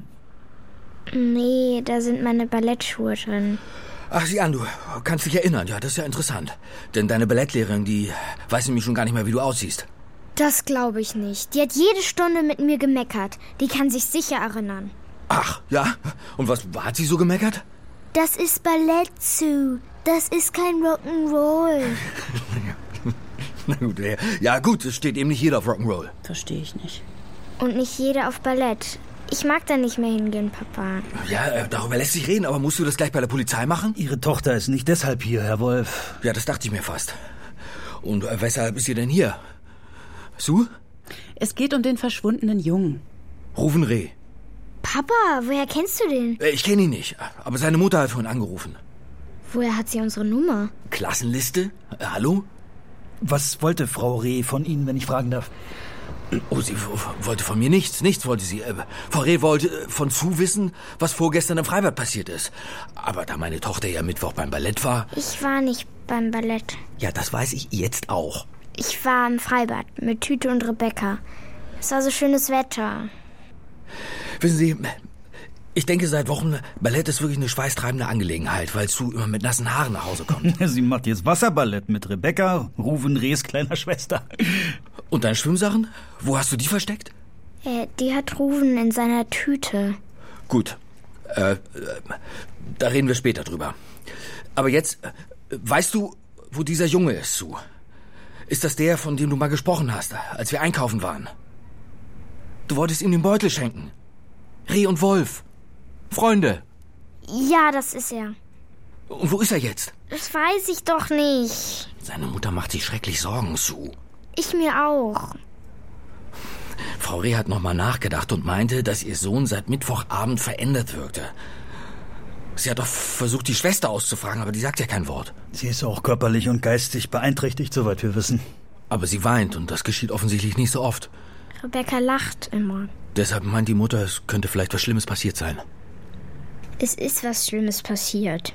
Speaker 2: Nee, da sind meine Ballettschuhe drin.
Speaker 11: Ach, sieh an, du kannst dich erinnern. Ja, das ist ja interessant. Denn deine Ballettlehrerin, die weiß nämlich schon gar nicht mehr, wie du aussiehst.
Speaker 2: Das glaube ich nicht. Die hat jede Stunde mit mir gemeckert. Die kann sich sicher erinnern.
Speaker 11: Ach, ja? Und was hat sie so gemeckert?
Speaker 2: Das ist Ballett, Sue. Das ist kein Rock'n'Roll.
Speaker 11: Na gut, ja, ja gut, es steht eben nicht jeder auf Rock'n'Roll.
Speaker 9: Verstehe ich nicht.
Speaker 2: Und nicht jeder auf Ballett. Ich mag da nicht mehr hingehen, Papa.
Speaker 11: Ja, äh, darüber lässt sich reden, aber musst du das gleich bei der Polizei machen?
Speaker 7: Ihre Tochter ist nicht deshalb hier, Herr Wolf.
Speaker 11: Ja, das dachte ich mir fast. Und äh, weshalb ist sie denn hier? Sue?
Speaker 9: Es geht um den verschwundenen Jungen.
Speaker 11: Rufen Reh.
Speaker 2: Papa, woher kennst du den?
Speaker 11: Äh, ich kenne ihn nicht, aber seine Mutter hat vorhin angerufen.
Speaker 2: Woher hat sie unsere Nummer?
Speaker 11: Klassenliste? Äh, hallo?
Speaker 7: Was wollte Frau Reh von Ihnen, wenn ich fragen darf?
Speaker 11: Oh, sie w- wollte von mir nichts. Nichts wollte sie. Äh, Frau Reh wollte äh, von Sue wissen, was vorgestern im Freibad passiert ist. Aber da meine Tochter ja Mittwoch beim Ballett war...
Speaker 2: Ich war nicht beim Ballett.
Speaker 11: Ja, das weiß ich jetzt auch.
Speaker 2: Ich war im Freibad mit Tüte und Rebecca. Es war so schönes Wetter.
Speaker 11: Wissen Sie, ich denke seit Wochen, Ballett ist wirklich eine schweißtreibende Angelegenheit, weil Sue immer mit nassen Haaren nach Hause kommt.
Speaker 7: Sie macht jetzt Wasserballett mit Rebecca, Ruven Rehs kleiner Schwester.
Speaker 11: Und deine Schwimmsachen? Wo hast du die versteckt?
Speaker 2: Äh, die hat Ruven in seiner Tüte.
Speaker 11: Gut. Äh, äh, da reden wir später drüber. Aber jetzt, äh, weißt du, wo dieser Junge ist, Sue? Ist das der, von dem du mal gesprochen hast, als wir einkaufen waren? Du wolltest ihm den Beutel schenken. Reh und Wolf. Freunde.
Speaker 2: Ja, das ist er.
Speaker 11: Und wo ist er jetzt?
Speaker 2: Das weiß ich doch nicht.
Speaker 11: Seine Mutter macht sich schrecklich Sorgen, Sue.
Speaker 2: Ich mir auch.
Speaker 11: Frau Reh hat nochmal nachgedacht und meinte, dass ihr Sohn seit Mittwochabend verändert wirkte. Sie hat doch versucht, die Schwester auszufragen, aber die sagt ja kein Wort.
Speaker 7: Sie ist auch körperlich und geistig beeinträchtigt, soweit wir wissen.
Speaker 11: Aber sie weint und das geschieht offensichtlich nicht so oft.
Speaker 2: Rebecca lacht immer.
Speaker 11: Deshalb meint die Mutter, es könnte vielleicht was Schlimmes passiert sein.
Speaker 2: Es ist was Schlimmes passiert.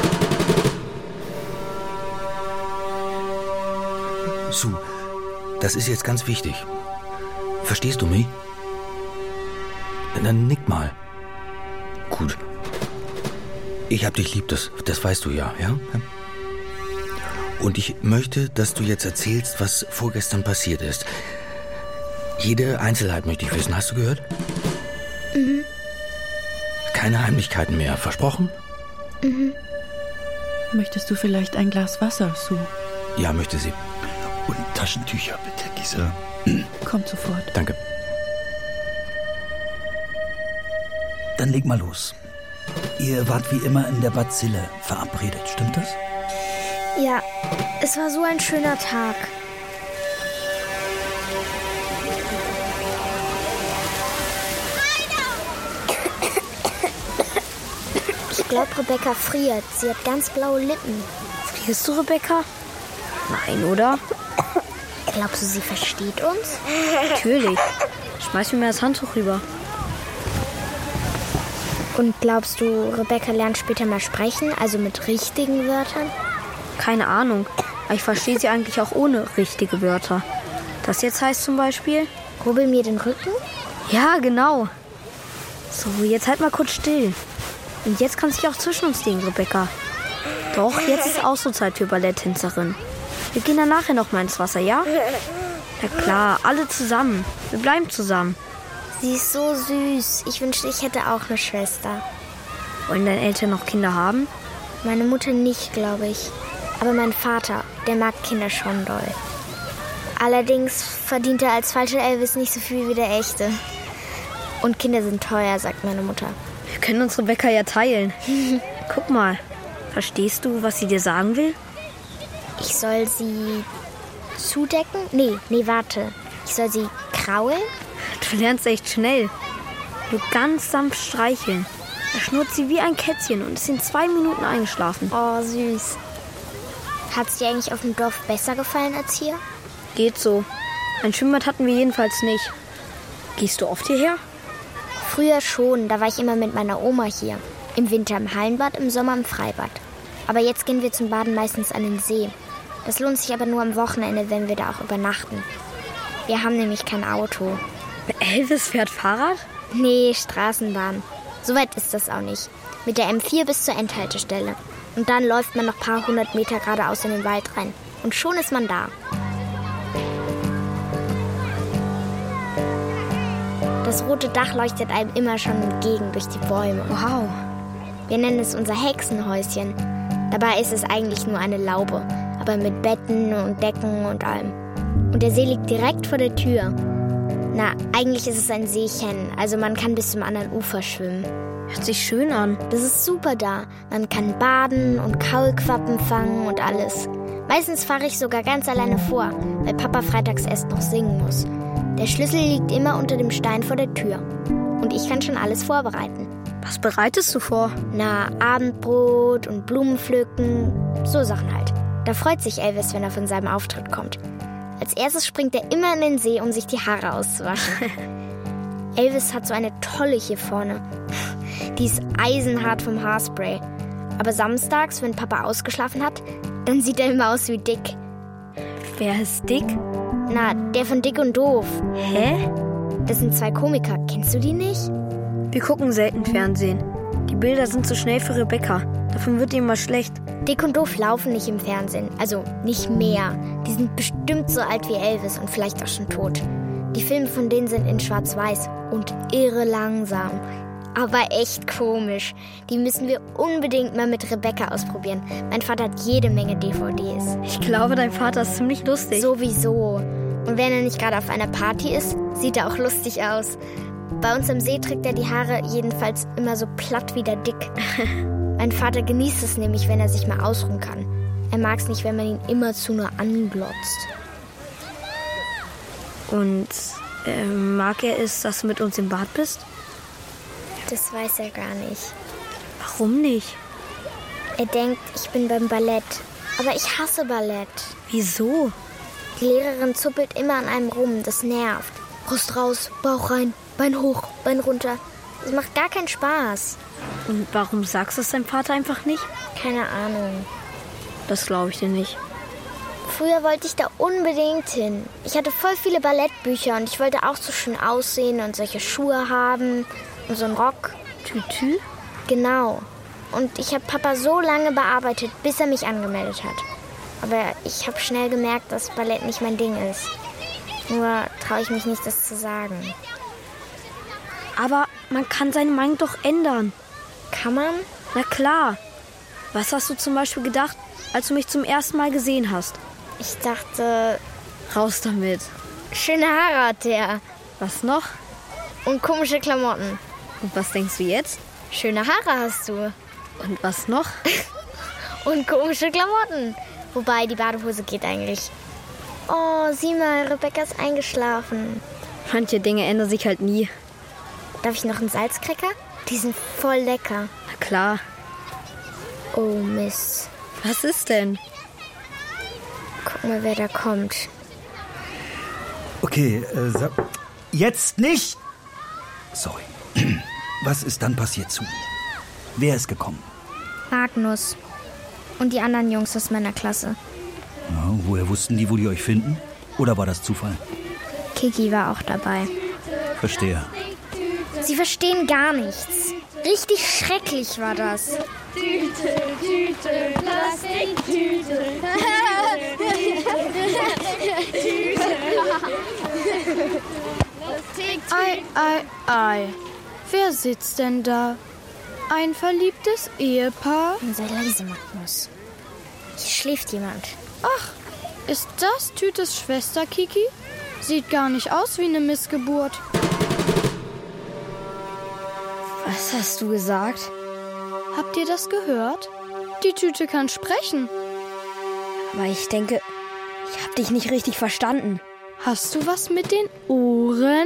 Speaker 11: Sue, das ist jetzt ganz wichtig. Verstehst du mich? Dann nick mal. Gut. Ich hab dich lieb, das, das weißt du ja, ja? Und ich möchte, dass du jetzt erzählst, was vorgestern passiert ist. Jede Einzelheit möchte ich wissen. Hast du gehört?
Speaker 2: Mhm.
Speaker 11: Keine Heimlichkeiten mehr. Versprochen?
Speaker 2: Mhm.
Speaker 9: Möchtest du vielleicht ein Glas Wasser, Sue?
Speaker 11: Ja, möchte sie.
Speaker 7: Und Taschentücher, bitte, Gisela.
Speaker 9: Kommt sofort.
Speaker 11: Danke.
Speaker 7: Dann leg mal los. Ihr wart wie immer in der Bazille verabredet, stimmt das?
Speaker 2: Ja, es war so ein schöner Tag. Ich glaube, Rebecca friert. Sie hat ganz blaue Lippen.
Speaker 6: Frierst du, Rebecca? Nein, oder?
Speaker 2: Glaubst du, sie versteht uns?
Speaker 6: Natürlich. Schmeiß mir mal das Handtuch rüber.
Speaker 2: Und glaubst du, Rebecca lernt später mal sprechen, also mit richtigen Wörtern?
Speaker 6: Keine Ahnung. Aber ich verstehe sie eigentlich auch ohne richtige Wörter. Das jetzt heißt zum Beispiel...
Speaker 2: Rubbel mir den Rücken?
Speaker 6: Ja, genau. So, jetzt halt mal kurz still. Und jetzt kannst du dich auch zwischen uns legen, Rebecca. Doch, jetzt ist auch so Zeit für Balletttänzerin. Wir gehen dann nachher noch mal ins Wasser, ja? Na klar, alle zusammen. Wir bleiben zusammen.
Speaker 2: Sie ist so süß. Ich wünschte, ich hätte auch eine Schwester.
Speaker 6: Wollen deine Eltern noch Kinder haben?
Speaker 2: Meine Mutter nicht, glaube ich. Aber mein Vater, der mag Kinder schon doll. Allerdings verdient er als falscher Elvis nicht so viel wie der echte. Und Kinder sind teuer, sagt meine Mutter.
Speaker 6: Wir können uns Rebecca ja teilen. Guck mal, verstehst du, was sie dir sagen will?
Speaker 2: Ich soll sie zudecken? Nee, nee, warte. Ich soll sie kraulen?
Speaker 6: Du lernst echt schnell. Nur ganz sanft streicheln. Da schnurrt sie wie ein Kätzchen und ist in zwei Minuten eingeschlafen.
Speaker 2: Oh, süß. Hat's dir eigentlich auf dem Dorf besser gefallen als hier?
Speaker 6: Geht so. Ein Schwimmbad hatten wir jedenfalls nicht. Gehst du oft hierher?
Speaker 2: Früher schon, da war ich immer mit meiner Oma hier. Im Winter im Hallenbad, im Sommer im Freibad. Aber jetzt gehen wir zum Baden meistens an den See. Das lohnt sich aber nur am Wochenende, wenn wir da auch übernachten. Wir haben nämlich kein Auto.
Speaker 6: Elvis fährt Fahrrad?
Speaker 2: Nee, Straßenbahn. So weit ist das auch nicht. Mit der M vier bis zur Endhaltestelle. Und dann läuft man noch ein paar hundert Meter geradeaus in den Wald rein. Und schon ist man da. Das rote Dach leuchtet einem immer schon entgegen durch die Bäume.
Speaker 6: Wow.
Speaker 2: Wir nennen es unser Hexenhäuschen. Dabei ist es eigentlich nur eine Laube. Aber mit Betten und Decken und allem. Und der See liegt direkt vor der Tür. Na, eigentlich ist es ein Seechen. Also man kann bis zum anderen Ufer schwimmen.
Speaker 6: Hört sich schön an.
Speaker 2: Das ist super da. Man kann baden und Kaulquappen fangen und alles. Meistens fahre ich sogar ganz alleine vor, weil Papa freitags erst noch singen muss. Der Schlüssel liegt immer unter dem Stein vor der Tür. Und ich kann schon alles vorbereiten.
Speaker 6: Was bereitest du vor?
Speaker 2: Na, Abendbrot und Blumen pflücken. So Sachen halt. Da freut sich Elvis, wenn er von seinem Auftritt kommt. Als erstes springt er immer in den See, um sich die Haare auszuwaschen. Elvis hat so eine Tolle hier vorne. Die ist eisenhart vom Haarspray. Aber samstags, wenn Papa ausgeschlafen hat, dann sieht er immer aus wie Dick.
Speaker 6: Wer ist Dick?
Speaker 2: Na, der von Dick und Doof.
Speaker 6: Hä?
Speaker 2: Das sind zwei Komiker. Kennst du die nicht?
Speaker 6: Wir gucken selten Fernsehen. Die Bilder sind zu schnell für Rebecca. Davon wird ihr immer schlecht.
Speaker 2: Dick und Doof laufen nicht im Fernsehen. Also nicht mehr. Die sind bestimmt so alt wie Elvis und vielleicht auch schon tot. Die Filme von denen sind in Schwarz-Weiß und irre langsam. Aber echt komisch. Die müssen wir unbedingt mal mit Rebecca ausprobieren. Mein Vater hat jede Menge D V Ds.
Speaker 6: Ich glaube, dein Vater ist ziemlich lustig.
Speaker 2: Sowieso. Und wenn er nicht gerade auf einer Party ist, sieht er auch lustig aus. Bei uns im See trägt er die Haare jedenfalls immer so platt wie der Dick. Mein Vater genießt es nämlich, wenn er sich mal ausruhen kann. Er mag es nicht, wenn man ihn immerzu nur anglotzt.
Speaker 6: Und äh, mag er es, dass du mit uns im Bad bist?
Speaker 2: Das weiß er gar nicht.
Speaker 6: Warum nicht?
Speaker 2: Er denkt, ich bin beim Ballett. Aber ich hasse Ballett.
Speaker 6: Wieso?
Speaker 2: Die Lehrerin zuppelt immer an einem rum. Das nervt. Brust raus, Bauch rein, Bein hoch, Bein runter. Das macht gar keinen Spaß.
Speaker 6: Und warum sagst du es deinem Vater einfach nicht?
Speaker 2: Keine Ahnung.
Speaker 6: Das glaube ich dir nicht.
Speaker 2: Früher wollte ich da unbedingt hin. Ich hatte voll viele Ballettbücher und ich wollte auch so schön aussehen und solche Schuhe haben und so einen Rock.
Speaker 6: Tütü?
Speaker 2: Genau. Und ich habe Papa so lange bearbeitet, bis er mich angemeldet hat. Aber ich habe schnell gemerkt, dass Ballett nicht mein Ding ist. Nur traue ich mich nicht, das zu sagen.
Speaker 6: Aber man kann seine Meinung doch ändern.
Speaker 2: Kann man?
Speaker 6: Na klar. Was hast du zum Beispiel gedacht, als du mich zum ersten Mal gesehen hast?
Speaker 2: Ich dachte...
Speaker 6: Raus damit.
Speaker 2: Schöne Haare hat der.
Speaker 6: Was noch?
Speaker 2: Und komische Klamotten.
Speaker 6: Und was denkst du jetzt?
Speaker 2: Schöne Haare hast du.
Speaker 6: Und was noch?
Speaker 2: Und komische Klamotten. Wobei, die Badehose geht eigentlich. Oh, sieh mal, Rebecca ist eingeschlafen.
Speaker 6: Manche Dinge ändern sich halt nie.
Speaker 2: Darf ich noch einen Salzcracker? Die sind voll lecker.
Speaker 6: Na klar.
Speaker 2: Oh, Mist.
Speaker 6: Was ist denn?
Speaker 2: Guck mal, wer da kommt.
Speaker 7: Okay, äh, sag... Jetzt nicht! Sorry. Was ist dann passiert zu mir? Wer ist gekommen?
Speaker 2: Magnus. Und die anderen Jungs aus meiner Klasse.
Speaker 7: Ja, woher wussten die, wo die euch finden? Oder war das Zufall?
Speaker 2: Kiki war auch dabei.
Speaker 7: Verstehe.
Speaker 2: Sie verstehen gar nichts. Richtig schrecklich war das.
Speaker 5: Tüte, Tüte, Plastiktüte.
Speaker 4: Ei, ei, ei. Wer sitzt denn da? Ein verliebtes Ehepaar?
Speaker 2: Sei leise, Magnus. Hier schläft jemand.
Speaker 4: Ach, ist das Tütes Schwester, Kiki? Sieht gar nicht aus wie eine Missgeburt.
Speaker 6: Was hast du gesagt?
Speaker 4: Habt ihr das gehört? Die Tüte kann sprechen.
Speaker 6: Aber ich denke, ich hab dich nicht richtig verstanden.
Speaker 4: Hast du was mit den Ohren?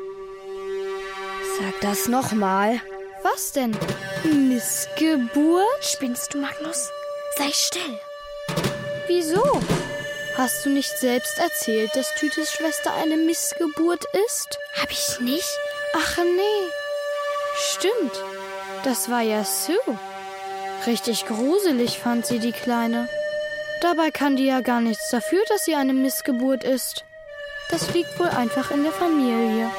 Speaker 6: Sag das nochmal.
Speaker 4: Was denn? Missgeburt?
Speaker 2: Spinnst du, Magnus? Sei still.
Speaker 4: Wieso? Hast du nicht selbst erzählt, dass Tütes Schwester eine Missgeburt ist?
Speaker 2: Hab ich nicht?
Speaker 4: Ach nee. Stimmt. Das war ja Sue. Richtig gruselig fand sie die Kleine. Dabei kann die ja gar nichts dafür, dass sie eine Missgeburt ist. Das liegt wohl einfach in der Familie.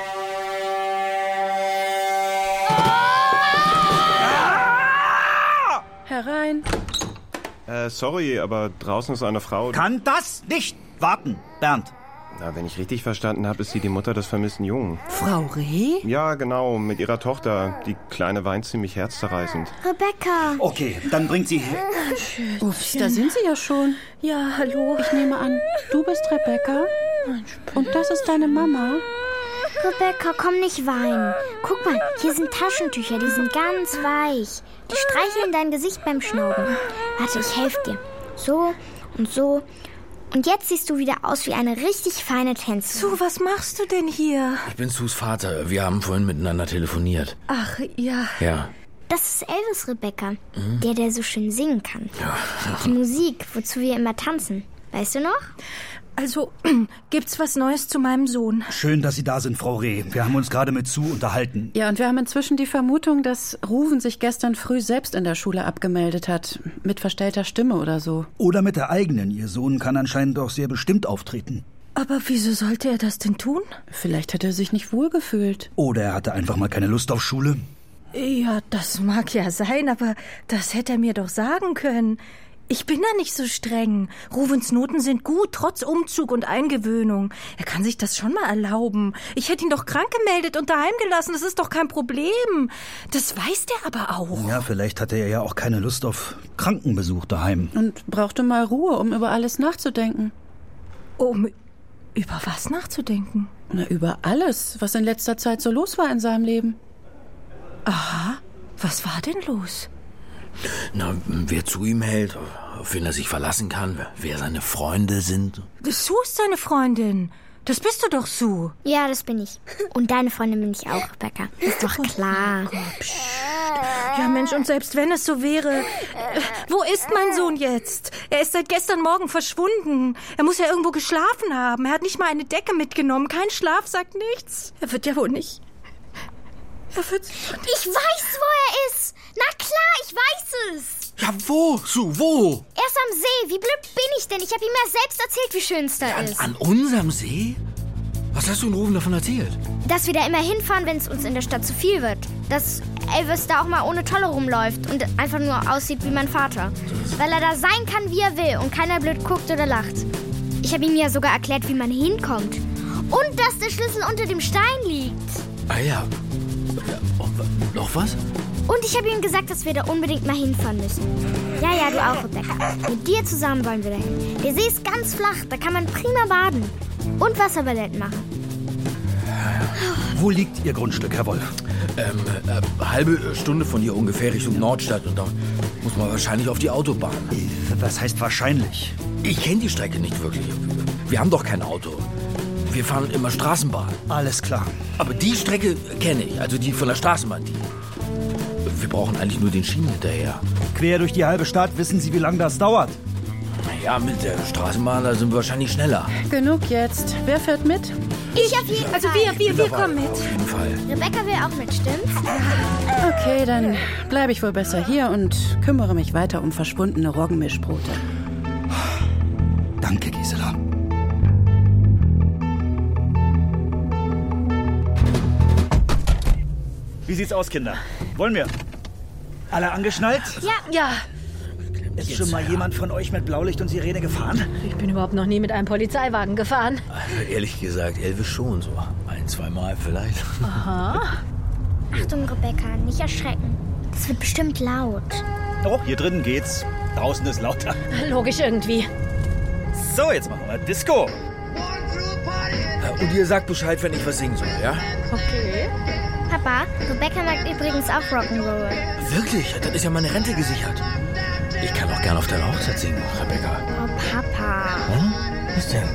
Speaker 9: Herein.
Speaker 12: Äh, sorry, aber draußen ist eine Frau...
Speaker 7: Kann das nicht warten, Bernd?
Speaker 12: Na, wenn ich richtig verstanden habe, ist sie die Mutter des vermissten Jungen.
Speaker 9: Frau Reh?
Speaker 12: Ja, genau, mit ihrer Tochter. Die Kleine weint ziemlich herzzerreißend.
Speaker 2: Rebecca.
Speaker 7: Okay, dann bringt sie...
Speaker 9: Ups, da sind Sie ja schon.
Speaker 6: Ja, hallo.
Speaker 9: Ich nehme an, du bist Rebecca und das ist deine Mama.
Speaker 2: Rebecca, komm nicht weinen. Guck mal, hier sind Taschentücher, die sind ganz weich. Die streicheln dein Gesicht beim Schnauben. Warte, ich helfe dir. So und so. Und jetzt siehst du wieder aus wie eine richtig feine Tänzerin.
Speaker 10: Sue, was machst du denn hier?
Speaker 11: Ich bin Sus Vater. Wir haben vorhin miteinander telefoniert.
Speaker 10: Ach, ja.
Speaker 11: Ja.
Speaker 2: Das ist Elvis, Rebecca. Mhm. Der, der so schön singen kann.
Speaker 11: Ja.
Speaker 2: Die Musik, wozu wir immer tanzen. Weißt du noch?
Speaker 10: Also, gibt's was Neues zu meinem Sohn?
Speaker 7: Schön, dass Sie da sind, Frau Reh. Wir haben uns gerade mit Sue unterhalten.
Speaker 9: Ja, und wir haben inzwischen die Vermutung, dass Ruven sich gestern früh selbst in der Schule abgemeldet hat. Mit verstellter Stimme oder so.
Speaker 7: Oder mit der eigenen. Ihr Sohn kann anscheinend auch sehr bestimmt auftreten.
Speaker 10: Aber wieso sollte er das denn tun?
Speaker 9: Vielleicht hat er sich nicht wohlgefühlt.
Speaker 7: Oder er hatte einfach mal keine Lust auf Schule.
Speaker 10: Ja, das mag ja sein, aber das hätte er mir doch sagen können. Ich bin da nicht so streng. Ruvens Noten sind gut, trotz Umzug und Eingewöhnung. Er kann sich das schon mal erlauben. Ich hätte ihn doch krank gemeldet und daheim gelassen. Das ist doch kein Problem. Das weiß der aber auch.
Speaker 7: Ja, vielleicht hatte er ja auch keine Lust auf Krankenbesuch daheim.
Speaker 9: Und brauchte mal Ruhe, um über alles nachzudenken.
Speaker 10: Um über was nachzudenken?
Speaker 9: Na, über alles, was in letzter Zeit so los war in seinem Leben.
Speaker 10: Aha, was war denn los?
Speaker 11: Na, wer zu ihm hält, auf wen er sich verlassen kann, wer seine Freunde sind.
Speaker 10: Sue ist seine Freundin. Das bist du doch, Sue.
Speaker 2: Ja, das bin ich. Und deine Freundin bin ich auch, Rebecca. Ist doch klar.
Speaker 10: Ja, Mensch, und selbst wenn es so wäre... Äh, wo ist mein Sohn jetzt? Er ist seit gestern Morgen verschwunden. Er muss ja irgendwo geschlafen haben. Er hat nicht mal eine Decke mitgenommen. Kein Schlaf sagt nichts. Er wird ja wohl nicht... Er wird...
Speaker 2: Ich weiß, wo er ist. Na klar, ich weiß es.
Speaker 11: Ja, wo, Sue, wo?
Speaker 2: Er ist am See. Wie blöd bin ich denn? Ich habe ihm ja selbst erzählt, wie schön es da
Speaker 11: An,
Speaker 2: ist.
Speaker 11: an unserem See? Was hast du in Ruven davon erzählt?
Speaker 2: Dass wir da immer hinfahren, wenn es uns in der Stadt zu viel wird. Dass Elvis da auch mal ohne Tolle rumläuft und einfach nur aussieht wie mein Vater. Weil er da sein kann, wie er will und keiner blöd guckt oder lacht. Ich habe ihm ja sogar erklärt, wie man hinkommt. Und dass der Schlüssel unter dem Stein liegt.
Speaker 11: Ah ja. ja und, noch was?
Speaker 2: Und ich habe ihm gesagt, dass wir da unbedingt mal hinfahren müssen. Ja, ja, du auch, Rebecca. Mit dir zusammen wollen wir da hin. Der See ist ganz flach, da kann man prima baden. Und Wasserballett machen.
Speaker 7: Wo liegt Ihr Grundstück, Herr Wolf?
Speaker 11: Ähm, äh, halbe Stunde von hier ungefähr Richtung Nordstadt. Und da muss man wahrscheinlich auf die Autobahn.
Speaker 7: Was heißt wahrscheinlich?
Speaker 11: Ich kenne die Strecke nicht wirklich. Wir haben doch kein Auto. Wir fahren immer Straßenbahn.
Speaker 7: Alles klar.
Speaker 11: Aber die Strecke kenne ich, also die von der Straßenbahn. Die. Wir brauchen eigentlich nur den Schienen hinterher.
Speaker 7: Quer durch die halbe Stadt, wissen Sie, wie lange das dauert?
Speaker 11: Naja, mit der Straßenbahn, da sind wir wahrscheinlich schneller.
Speaker 9: Genug jetzt. Wer fährt mit?
Speaker 2: Ich auf jeden Fall.
Speaker 10: Also wir, wir, wir kommen mit.
Speaker 11: Auf jeden Fall.
Speaker 2: Rebecca will auch mit, stimmt's?
Speaker 9: Okay, dann bleibe ich wohl besser hier und kümmere mich weiter um verschwundene Roggenmischbrote.
Speaker 7: Danke, Gisela. Wie sieht's aus, Kinder? Wollen wir? Alle angeschnallt?
Speaker 2: Ja.
Speaker 10: Ja.
Speaker 7: Ist schon mal jemand von euch mit Blaulicht und Sirene gefahren?
Speaker 10: Ich bin überhaupt noch nie mit einem Polizeiwagen gefahren.
Speaker 11: Also ehrlich gesagt, Elvis schon so. Ein, zwei Mal vielleicht.
Speaker 10: Aha.
Speaker 2: Achtung, Rebecca, nicht erschrecken. Das wird bestimmt laut.
Speaker 7: Oh, hier drinnen geht's. Draußen ist lauter.
Speaker 10: Logisch irgendwie.
Speaker 7: So, jetzt machen wir Disco.
Speaker 11: Und ihr sagt Bescheid, wenn ich was singen soll, ja?
Speaker 10: Okay.
Speaker 2: Papa, Rebecca mag übrigens auch Rock'n'Roll.
Speaker 11: Wirklich? Dann ist ja meine Rente gesichert. Ich kann auch gern auf deiner Hochzeit singen, Rebecca.
Speaker 2: Oh, Papa.
Speaker 11: Hm? Was denn?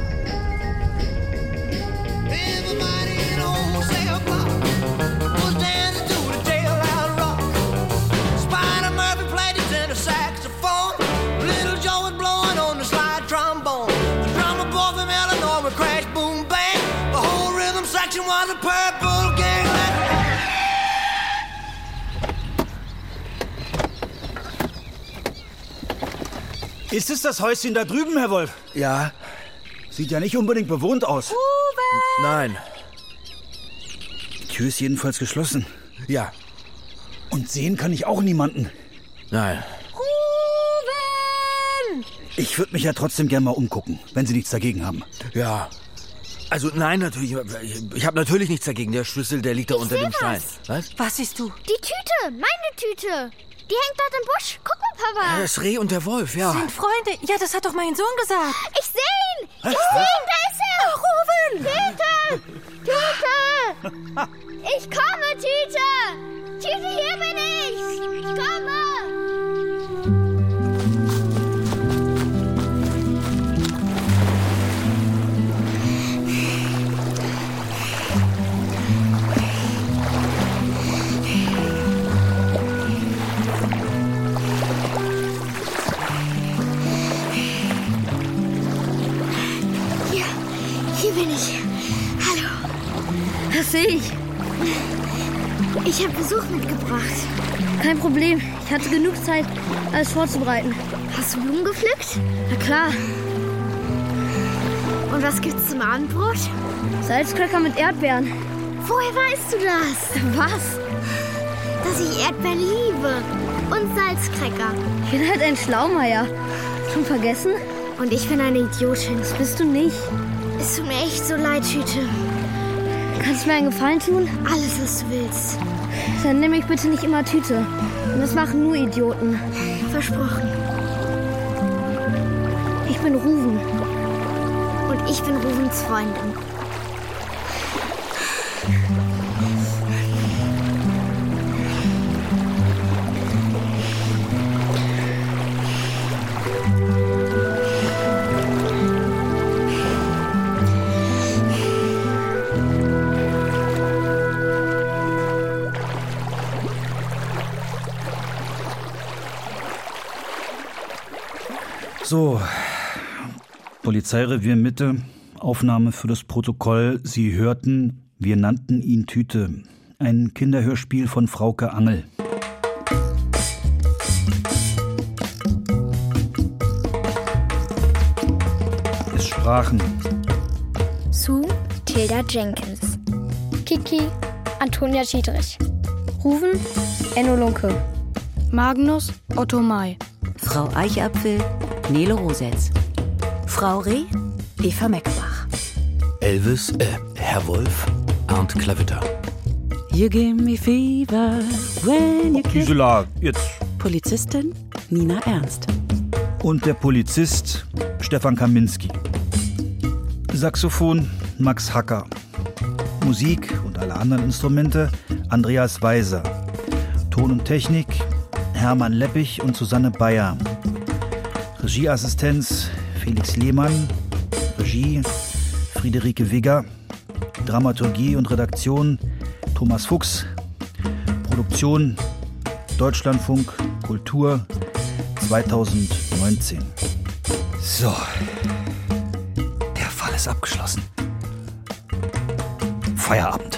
Speaker 7: Ist es das Häuschen da drüben, Herr Wolf?
Speaker 11: Ja.
Speaker 7: Sieht ja nicht unbedingt bewohnt aus.
Speaker 2: Ruben!
Speaker 11: Nein.
Speaker 7: Die Tür ist jedenfalls geschlossen.
Speaker 11: Ja.
Speaker 7: Und sehen kann ich auch niemanden.
Speaker 11: Nein.
Speaker 2: Ruben!
Speaker 7: Ich würde mich ja trotzdem gern mal umgucken, wenn Sie nichts dagegen haben.
Speaker 11: Ja. Also nein, natürlich. Ich habe natürlich nichts dagegen. Der Schlüssel, der liegt da
Speaker 2: ich
Speaker 11: unter dem Stein.
Speaker 2: Was?
Speaker 11: Was?
Speaker 10: Was siehst du?
Speaker 2: Die Tüte, meine Tüte. Die hängt dort im Busch. Guck mal, Papa.
Speaker 11: Ja, das Reh und der Wolf, ja.
Speaker 10: Sind Freunde. Ja, das hat doch mein Sohn gesagt.
Speaker 2: Ich sehe ihn. Ich sehe ihn. Da ist er.
Speaker 10: Ruben!
Speaker 2: Tüte! Tüte! Ich komme, Tüte! Tüte, hier bin ich! Ich komme! Hier, hier bin ich. Hallo.
Speaker 6: Das sehe ich.
Speaker 2: Ich habe Besuch mitgebracht.
Speaker 6: Kein Problem. Ich hatte genug Zeit, alles vorzubereiten.
Speaker 2: Hast du Blumen gepflückt?
Speaker 6: Na klar.
Speaker 2: Und was gibt's zum Abendbrot?
Speaker 6: Salzcracker mit Erdbeeren.
Speaker 2: Woher weißt du das?
Speaker 6: Was?
Speaker 2: Dass ich Erdbeeren liebe. Und Salzcracker.
Speaker 6: Ich bin halt ein Schlaumeier. Schon vergessen?
Speaker 2: Und ich bin eine Idiotin.
Speaker 6: Das bist du nicht.
Speaker 2: Es tut mir echt so leid, Tüte.
Speaker 6: Kannst du mir einen Gefallen tun?
Speaker 2: Alles, was du willst.
Speaker 6: Dann nimm mich bitte nicht immer Tüte. Und das machen nur Idioten.
Speaker 2: Versprochen.
Speaker 6: Ich bin Ruven.
Speaker 2: Und ich bin Ruvens Freundin.
Speaker 7: So, Polizeirevier Mitte, Aufnahme für das Protokoll. Sie hörten, wir nannten ihn Tüte. Ein Kinderhörspiel von Frauke Angel. Es sprachen
Speaker 2: Sue, Tilda Jenkins.
Speaker 13: Kiki, Antonia Schiedrich.
Speaker 6: Ruven, Enno Lunke.
Speaker 4: Magnus, Otto May.
Speaker 8: Frau Eichapfel, Nele Rosetz.
Speaker 10: Frau Reh, Eva Meckbach.
Speaker 11: Elvis, äh, Herr Wolf, Arndt Klavitter.
Speaker 9: You give me fever when you kiss.
Speaker 7: Gisela, jetzt.
Speaker 9: Polizistin Nina Ernst.
Speaker 7: Und der Polizist Stefan Kaminski. Saxophon Max Hacker. Musik und alle anderen Instrumente Andreas Weiser. Ton und Technik Hermann Leppich und Susanne Bayer. Regieassistenz Felix Lehmann. Regie Friederike Wigger. Dramaturgie und Redaktion Thomas Fuchs. Produktion Deutschlandfunk Kultur zweitausendneunzehn. So, der Fall ist abgeschlossen. Feierabend.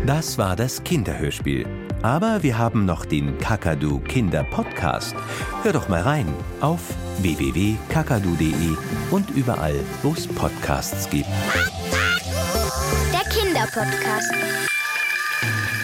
Speaker 1: Das war das Kinderhörspiel. Aber wir haben noch den Kakadu Kinder Podcast. Hör doch mal rein auf w w w punkt kakadu punkt de und überall, wo es Podcasts gibt.
Speaker 2: Der Kinderpodcast.